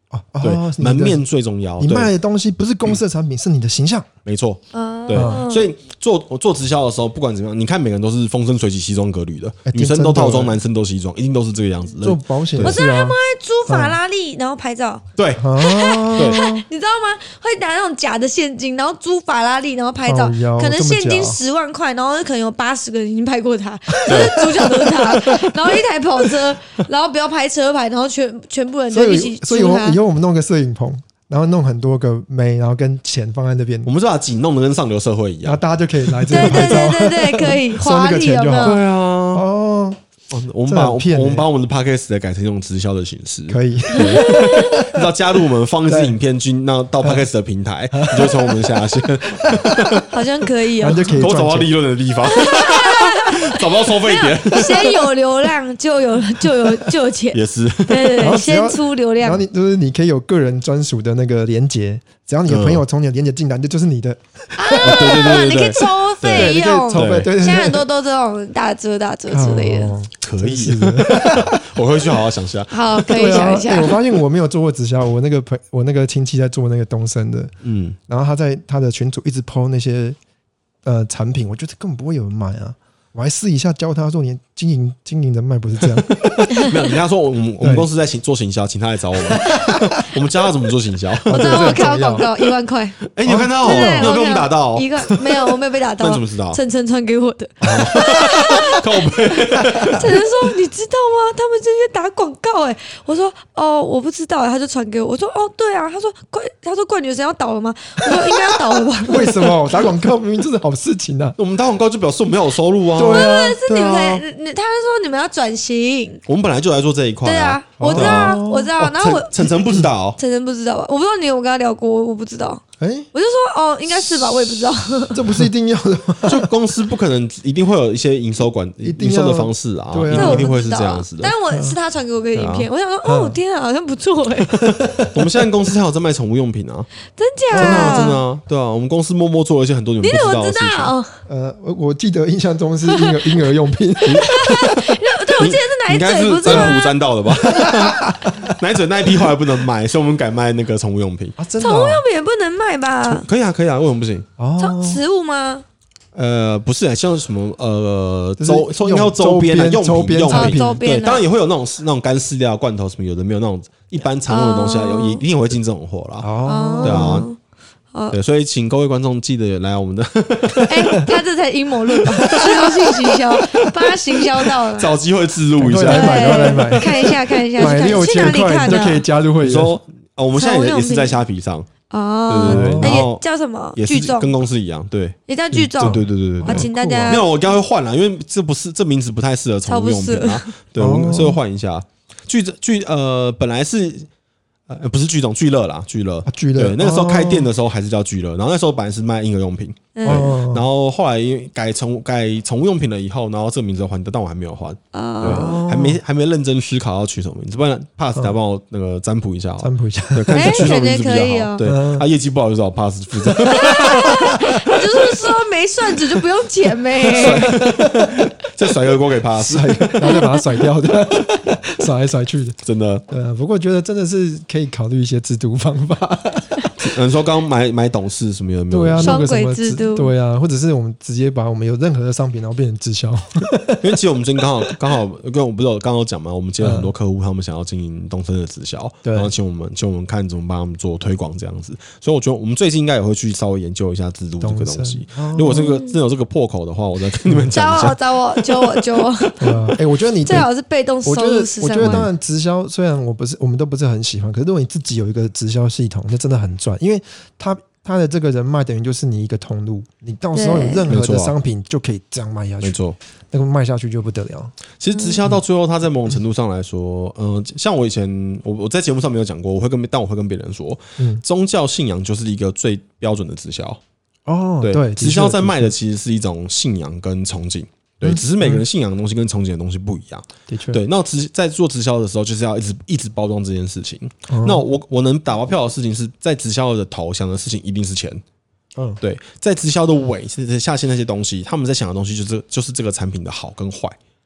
哦， 对， 哦门面最重要。 你卖的东西不是公司的产品，是你的形象。 没错， 嗯对，所以做我做直销的时候，不管怎么样，你看每个人都是风生水起、西装革履的， 欸、 女生都套装，男生都西装，一定都是这个样子。 做保险， 我知道他们会租法拉利，然后拍照。 对，对， 你知道吗？会拿那种假的现金，然后租法拉利，然后拍照，可能现金十万块，然后可能有八十个人已经拍过他，就是主角都是他，然后一台跑车，然后不要拍车牌，然后全全部人就一起租他。 所以以后以后我们弄个摄影棚。然后弄很多个妹，然后跟钱放在那边， 我们就把景弄得跟上流社会一样， 然后大家就可以来这边拍照， 对对对对，可以华丽有没有？ 对啊， 哦， 我们把我们把我们的 podcast 改成一种直销的形式， 可以， 你要加入我们放一支影片去那到 podcast 的平台，你就从我们下线， 好像可以哦， 就可以我找到利润的地方。找不到收费点， 先有流量就有就有就有钱， 也是， 对对对，先出流量， 然后你就是你可以有个人专属的那个连结，只要你的朋友从你的连结进来，这就是你的啊，对对对，你可以抽费用， 抽费，对， 现在很多都这种打折打折之类的， 可以，我会去好好想下， 好，可以想一下。 我发现我没有做过直销，我那个朋我那个亲戚在做那个东升的，嗯，然后他在他的群组一直 po 那些呃产品，我觉得根本不会有人买啊。我还试一下教他说：“你经营经营人脉不是这样。” 没有，人家说我们我们公司在做行销，请他来找我们，我们教他怎么做行销。 我真的有看到广告，一万块。 哎，你有看到？你有被我们打到？ 一个没有，我没有被打到。 那你怎么知道？ 晨晨传给我的。 靠背。 晨晨说：“你知道吗？他们这些打广告。”哎，我说：“哦，我不知道。”他就传给我。我说：“哦，对啊。”他说：“怪，他说怪女神要倒了吗？”我说：“应该要倒了吧？” 为什么打广告明明这是好事情啊？ 我们打广告就表示我们要有收入啊。 对啊， 是你们才，他是说你们要转型。 我们本来就来做这一块。 对啊，我知道啊，我知道。然后我晨晨不知道， 晨晨不知道吧？我不知道你有跟他聊过，我不知道。 哎， 我就说哦，应该是吧，我也不知道。 这不是一定要的吗？ 就公司不可能一定会有一些营收管营收的方式啊， 对啊，一定会是这样子的。 但我是他传给我个影片，我想说哦，天啊，好像不错哎。 我们现在公司还有在卖宠物用品啊， 真假？ 真的啊，真的啊，对啊，我们公司默默做了一些很多你们不知道的事情。 呃，我我记得印象中是婴儿婴儿用品。 对，我记得是奶嘴，不是沾福沾到的吧？奶嘴那一批后来不能卖，所以我们改卖那个宠物用品啊。宠物用品也不能卖吧？ 可以啊，可以啊，为什么不行？ 哦， 食物吗？ 呃，不是，像什么呃周应该周边用用品用品， 对，当然也会有那种那种干饲料、罐头什么，有的没有那种一般常用的东西啊，有也一定会进这种货啦。哦，对啊。对，所以请各位观众记得来我们的。 哎，他这才阴谋论吧？虚荣性行销，帮他行销到了， 找机会置入一下， 来买，来买， 看一下，看一下， 买六千块就可以加入会员。 说，我们现在也是在虾皮上哦， 对对对，然后叫什么？ 也是跟公司一样，对， 也叫聚众， 对对对对对。 请大家没有，我刚会换了，因为这不是这名字不太适合宠物用品啊，对，我所以换一下。聚聚呃，本来是。呃，不是聚众，聚乐啦，聚乐， 聚乐。 对，那个时候开店的时候还是叫聚乐，然后那时候本来是卖婴儿用品，对，然后后来改宠改宠物用品了以后，然后这个名字换掉，但我还没有换，对，还没还没认真思考要取什么名字，不然 Pass 来帮我那个占卜一下， 占卜一下， 对，看取什么名字比较好，对，他业绩不好就找 Pass 负责， 就是说没算准就不用钱呗， 再甩个锅给 Pass， 然后再把它甩掉的，甩来甩去的， 真的， 对啊，不过觉得真的是可以考虑一些制度方法。 你说刚买买董事什么有没有？ 对啊， 双轨制度， 对啊，或者是我们直接把我们有任何的商品，然后变成直销。 因为其实我们今天刚好刚好跟我不是有刚刚讲嘛，我们接了很多客户，他们想要经营东森的直销，然后请我们请我们看怎么帮他们做推广这样子。所以我觉得我们最近应该也会去稍微研究一下制度这个东西。如果这个真有这个破口的话，我再跟你们讲一下。 找我找我救我救我。 对啊，哎，我觉得你最好是被动收入十三万。 我觉得当然直销虽然我不是我们都不是很喜欢，可是如果你自己有一个直销系统，那真的很赚，因为它。他的这个人脉等于就是你一个通路，你到时候有任何的商品就可以这样卖下去， 没错， 那个卖下去就不得了。 其实直销到最后，它在某种程度上来说，嗯、呃，像我以前我我在节目上没有讲过，我会跟但我会跟别人说，嗯，宗教信仰就是一个最标准的直销。 哦， 对， 对， 直销在卖的其实是一种信仰跟憧憬。对，只是每个人信仰的东西跟憧憬的东西不一样。 的确， 对。那直在做直销的时候，就是要一直一直包装这件事情。哦、那我我能打包票的事情是在直销的头想的事情一定是钱。嗯，对，在直销的尾是下线那些东西，他们在想的东西就是就是这个产品的好跟坏。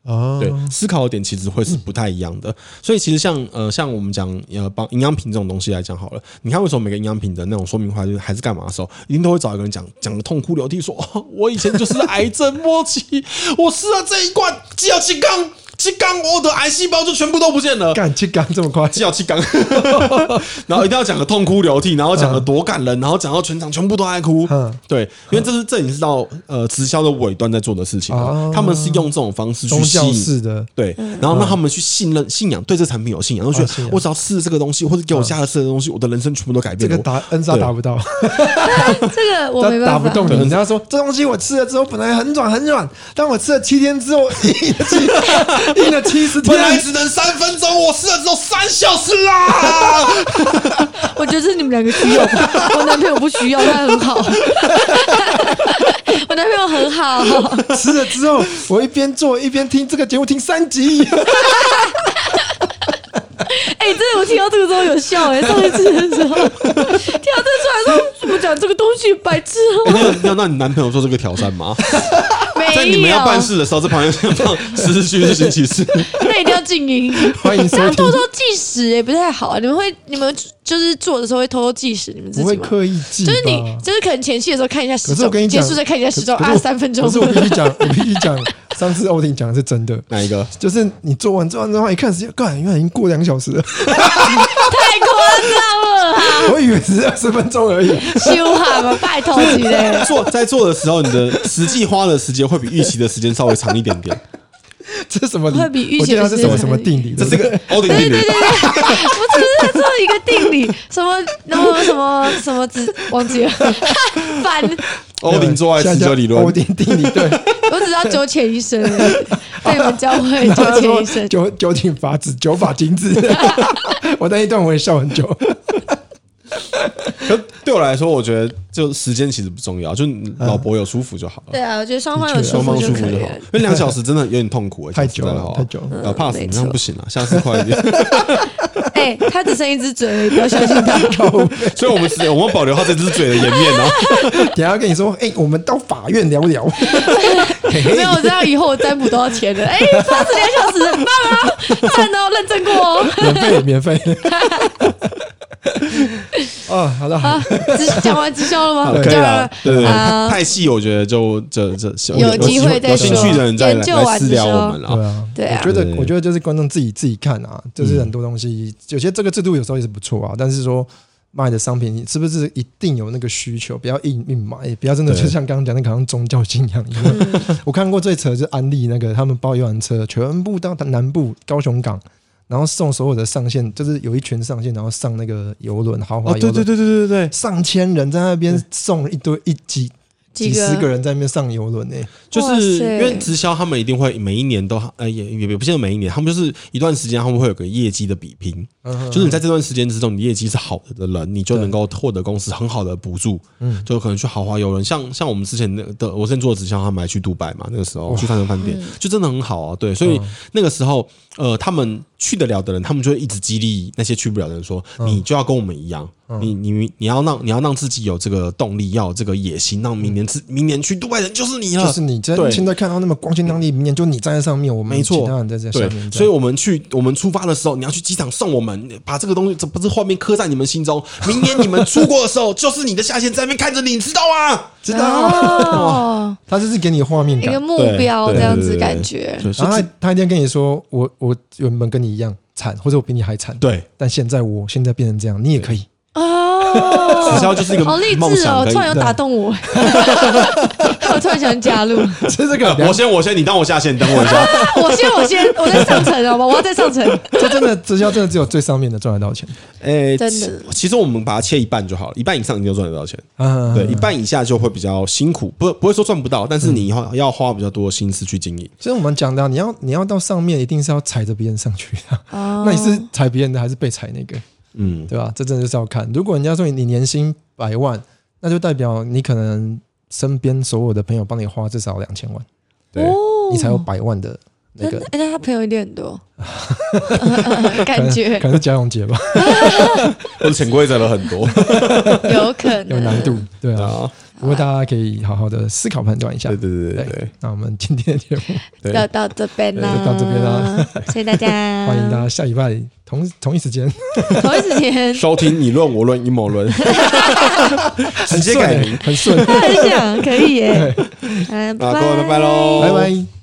哦，对，思考的点其实会是不太一样的。嗯、所以其实像呃像我们讲呃帮营养品这种东西来讲好了，你看为什么每个营养品的那种说明话就是还是干嘛的时候，一定都会找一个人讲讲的痛哭流涕说，说我以前就是癌症末期，我吃了这一罐基尔气缸。气缸，我的癌细胞就全部都不见了。 干气缸这么快， 气要气缸，然后一定要讲个痛哭流涕，然后讲个多感人，然后讲到全场全部都在哭。嗯，对，因为这是这已经是到呃直销的尾端在做的事情了。哦、他们是用这种方式去吸引， 式的对， 然后让他们去信任、信仰，对这产品有信仰，就觉得我只要吃了这个东西，或者给我加了吃的东西，我的人生全部都改变了。 这个打 N 杀打不到， 这个我没办法打不动你。人家说这东西我吃了之后本来很软很软，但我吃了七天之后硬了七十天。 本来只能三分钟，我吃了只有三小时啦！ 我觉得是你们两个需要吧，我男朋友不需要，他很好。我男朋友很好， 吃了之后，我一边做一边听这个节目，听三集。 哎、欸，真的，我听到这个时候有笑哎、欸，上一次的时候，听到这个出来说怎么讲这个东西白痴哦、 欸。那那你男朋友做这个挑战吗？在你们要办事的时候，在旁边先放十句是星期四， 那一定要静音。 欢迎收听。 偷偷计时也、欸、不太好、啊，你们会你们就是做的时候会偷偷计时，你们自己吗？ 不会刻意记， 就是你就是可能前戏的时候看一下时钟，结束再看一下时钟啊，三分钟。 可是我必须讲，我必须讲，上次欧婷讲的是真的。 哪一个？ 就是你做完做完之后一看时间，干，原来已经过两个小时了， 太夸张了哈！ 我以为只是二十分钟而已。 羞哈嘛，拜托你嘞！ 做在做的时候，你的实际花的时间会比预期的时间稍微长一点点。 这是什么？ 会比预期的时间是什么什么定理？ 这是一个欧定定理。 对对对对，我只是在做一个定理，什么然后什么什么字忘记了，反欧定做爱持久理论， 欧定定理对。 我只知道九浅一生，被你们教会九浅一生， 九九挺法子，九法金子。我那一段我也笑很久。 可对我来说，我觉得就时间其实不重要，就老婆有舒服就好了。 对啊，我觉得双方有舒服就可以了。因为两小时真的有点痛苦， 太久了，太久了。怕死，这样不行啊！下次快一点。 哎，他只剩一只嘴，不要相信他。 所以我们只我们保留他这只嘴的颜面哦。 等一下跟你说，哎，我们到法院聊聊。 没有，我知道以后我占卜都要钱的。哎，八十两小时，很棒啊！赞哦，认证过哦。 免费，免费。哦，好的， 好，讲完直销了吗？ 可以了，对对对，太细我觉得就这这有机会再说， 有兴趣的人再来私聊我们了。 对啊，我觉得我觉得就是观众自己自己看啊，就是很多东西，有些这个制度有时候也是不错啊，但是说卖的商品是不是一定有那个需求，不要硬硬买，不要真的就像刚刚讲的，好像宗教信仰一样。我看过最扯的是安利那个，他们包游览车全部到南部高雄港。然后送所有的上线，就是有一群上线，然后上那个邮轮，豪华邮轮， 对对对对对对， 上千人在那边送一堆一几几十个人在那边上邮轮呢， 就是因为直销他们一定会每一年都呃也也也不见得每一年，他们就是一段时间他们会有个业绩的比拼，嗯、就是你在这段时间之中，你业绩是好的的人，你就能够获得公司很好的补助，嗯，就可能去豪华邮轮，像像我们之前的我之前做的直销，他们还去杜拜嘛，那个时候去三星饭店，就真的很好啊，对，所以那个时候呃他们去得了的人，他们就会一直激励那些去不了的人说，你就要跟我们一样。你你你要让你要让自己有这个动力，要有这个野心，让明年明年去杜拜人就是你了， 就是你在现在看到那么光鲜亮丽，明年就你站在上面，我们其他人在这下面。 所以我们去我们出发的时候，你要去机场送我们，把这个东西这不是画面刻在你们心中。明年你们出国的时候，就是你的下线在那边看着你，你知道吗？ 知道。哦，他就是给你画面感， 一个目标这样子感觉。 然后他他一定跟你说，我我原本跟你一样惨，或者我比你还惨， 对， 但现在我现在变成这样，你也可以。 哦， 直销就是一个好励志哦！突然有打动我，我突然想加入。 是这个， 我先我先，你当我下线，等我一下。 我先我先，我在上层好吗？我要在上层。 这真的直销真的只有最上面的赚得到钱。 诶， 真的。 其实我们把它切一半就好了，一半以上你就赚得到钱。嗯，对，一半以下就会比较辛苦，不不会说赚不到，但是你要要花比较多心思去经营。 其实我们讲到，你要你要到上面，一定是要踩着别人上去的。哦，那你是踩别人的还是被踩那个？嗯，对吧？这真的就是要看。如果人家说你年薪百万，那就代表你可能身边所有的朋友帮你花至少两千万， 对， 你才有百万的那个， 哎、欸，那他朋友一定很多，呃、感觉可能是贾永杰吧， 或者潜规则了很多， 有可能有难度，对啊。不过大家可以好好的思考判断一下。 对对对 对, 对。 那我们今天的节目就到这边啦， 就到这边啦， 谢谢大家， 欢迎大家下礼拜同同一时间， 同一时间收听你论我论阴谋论，直接改名， 很顺， 很想可以耶。嗯， 好，各位拜拜喽， 拜拜。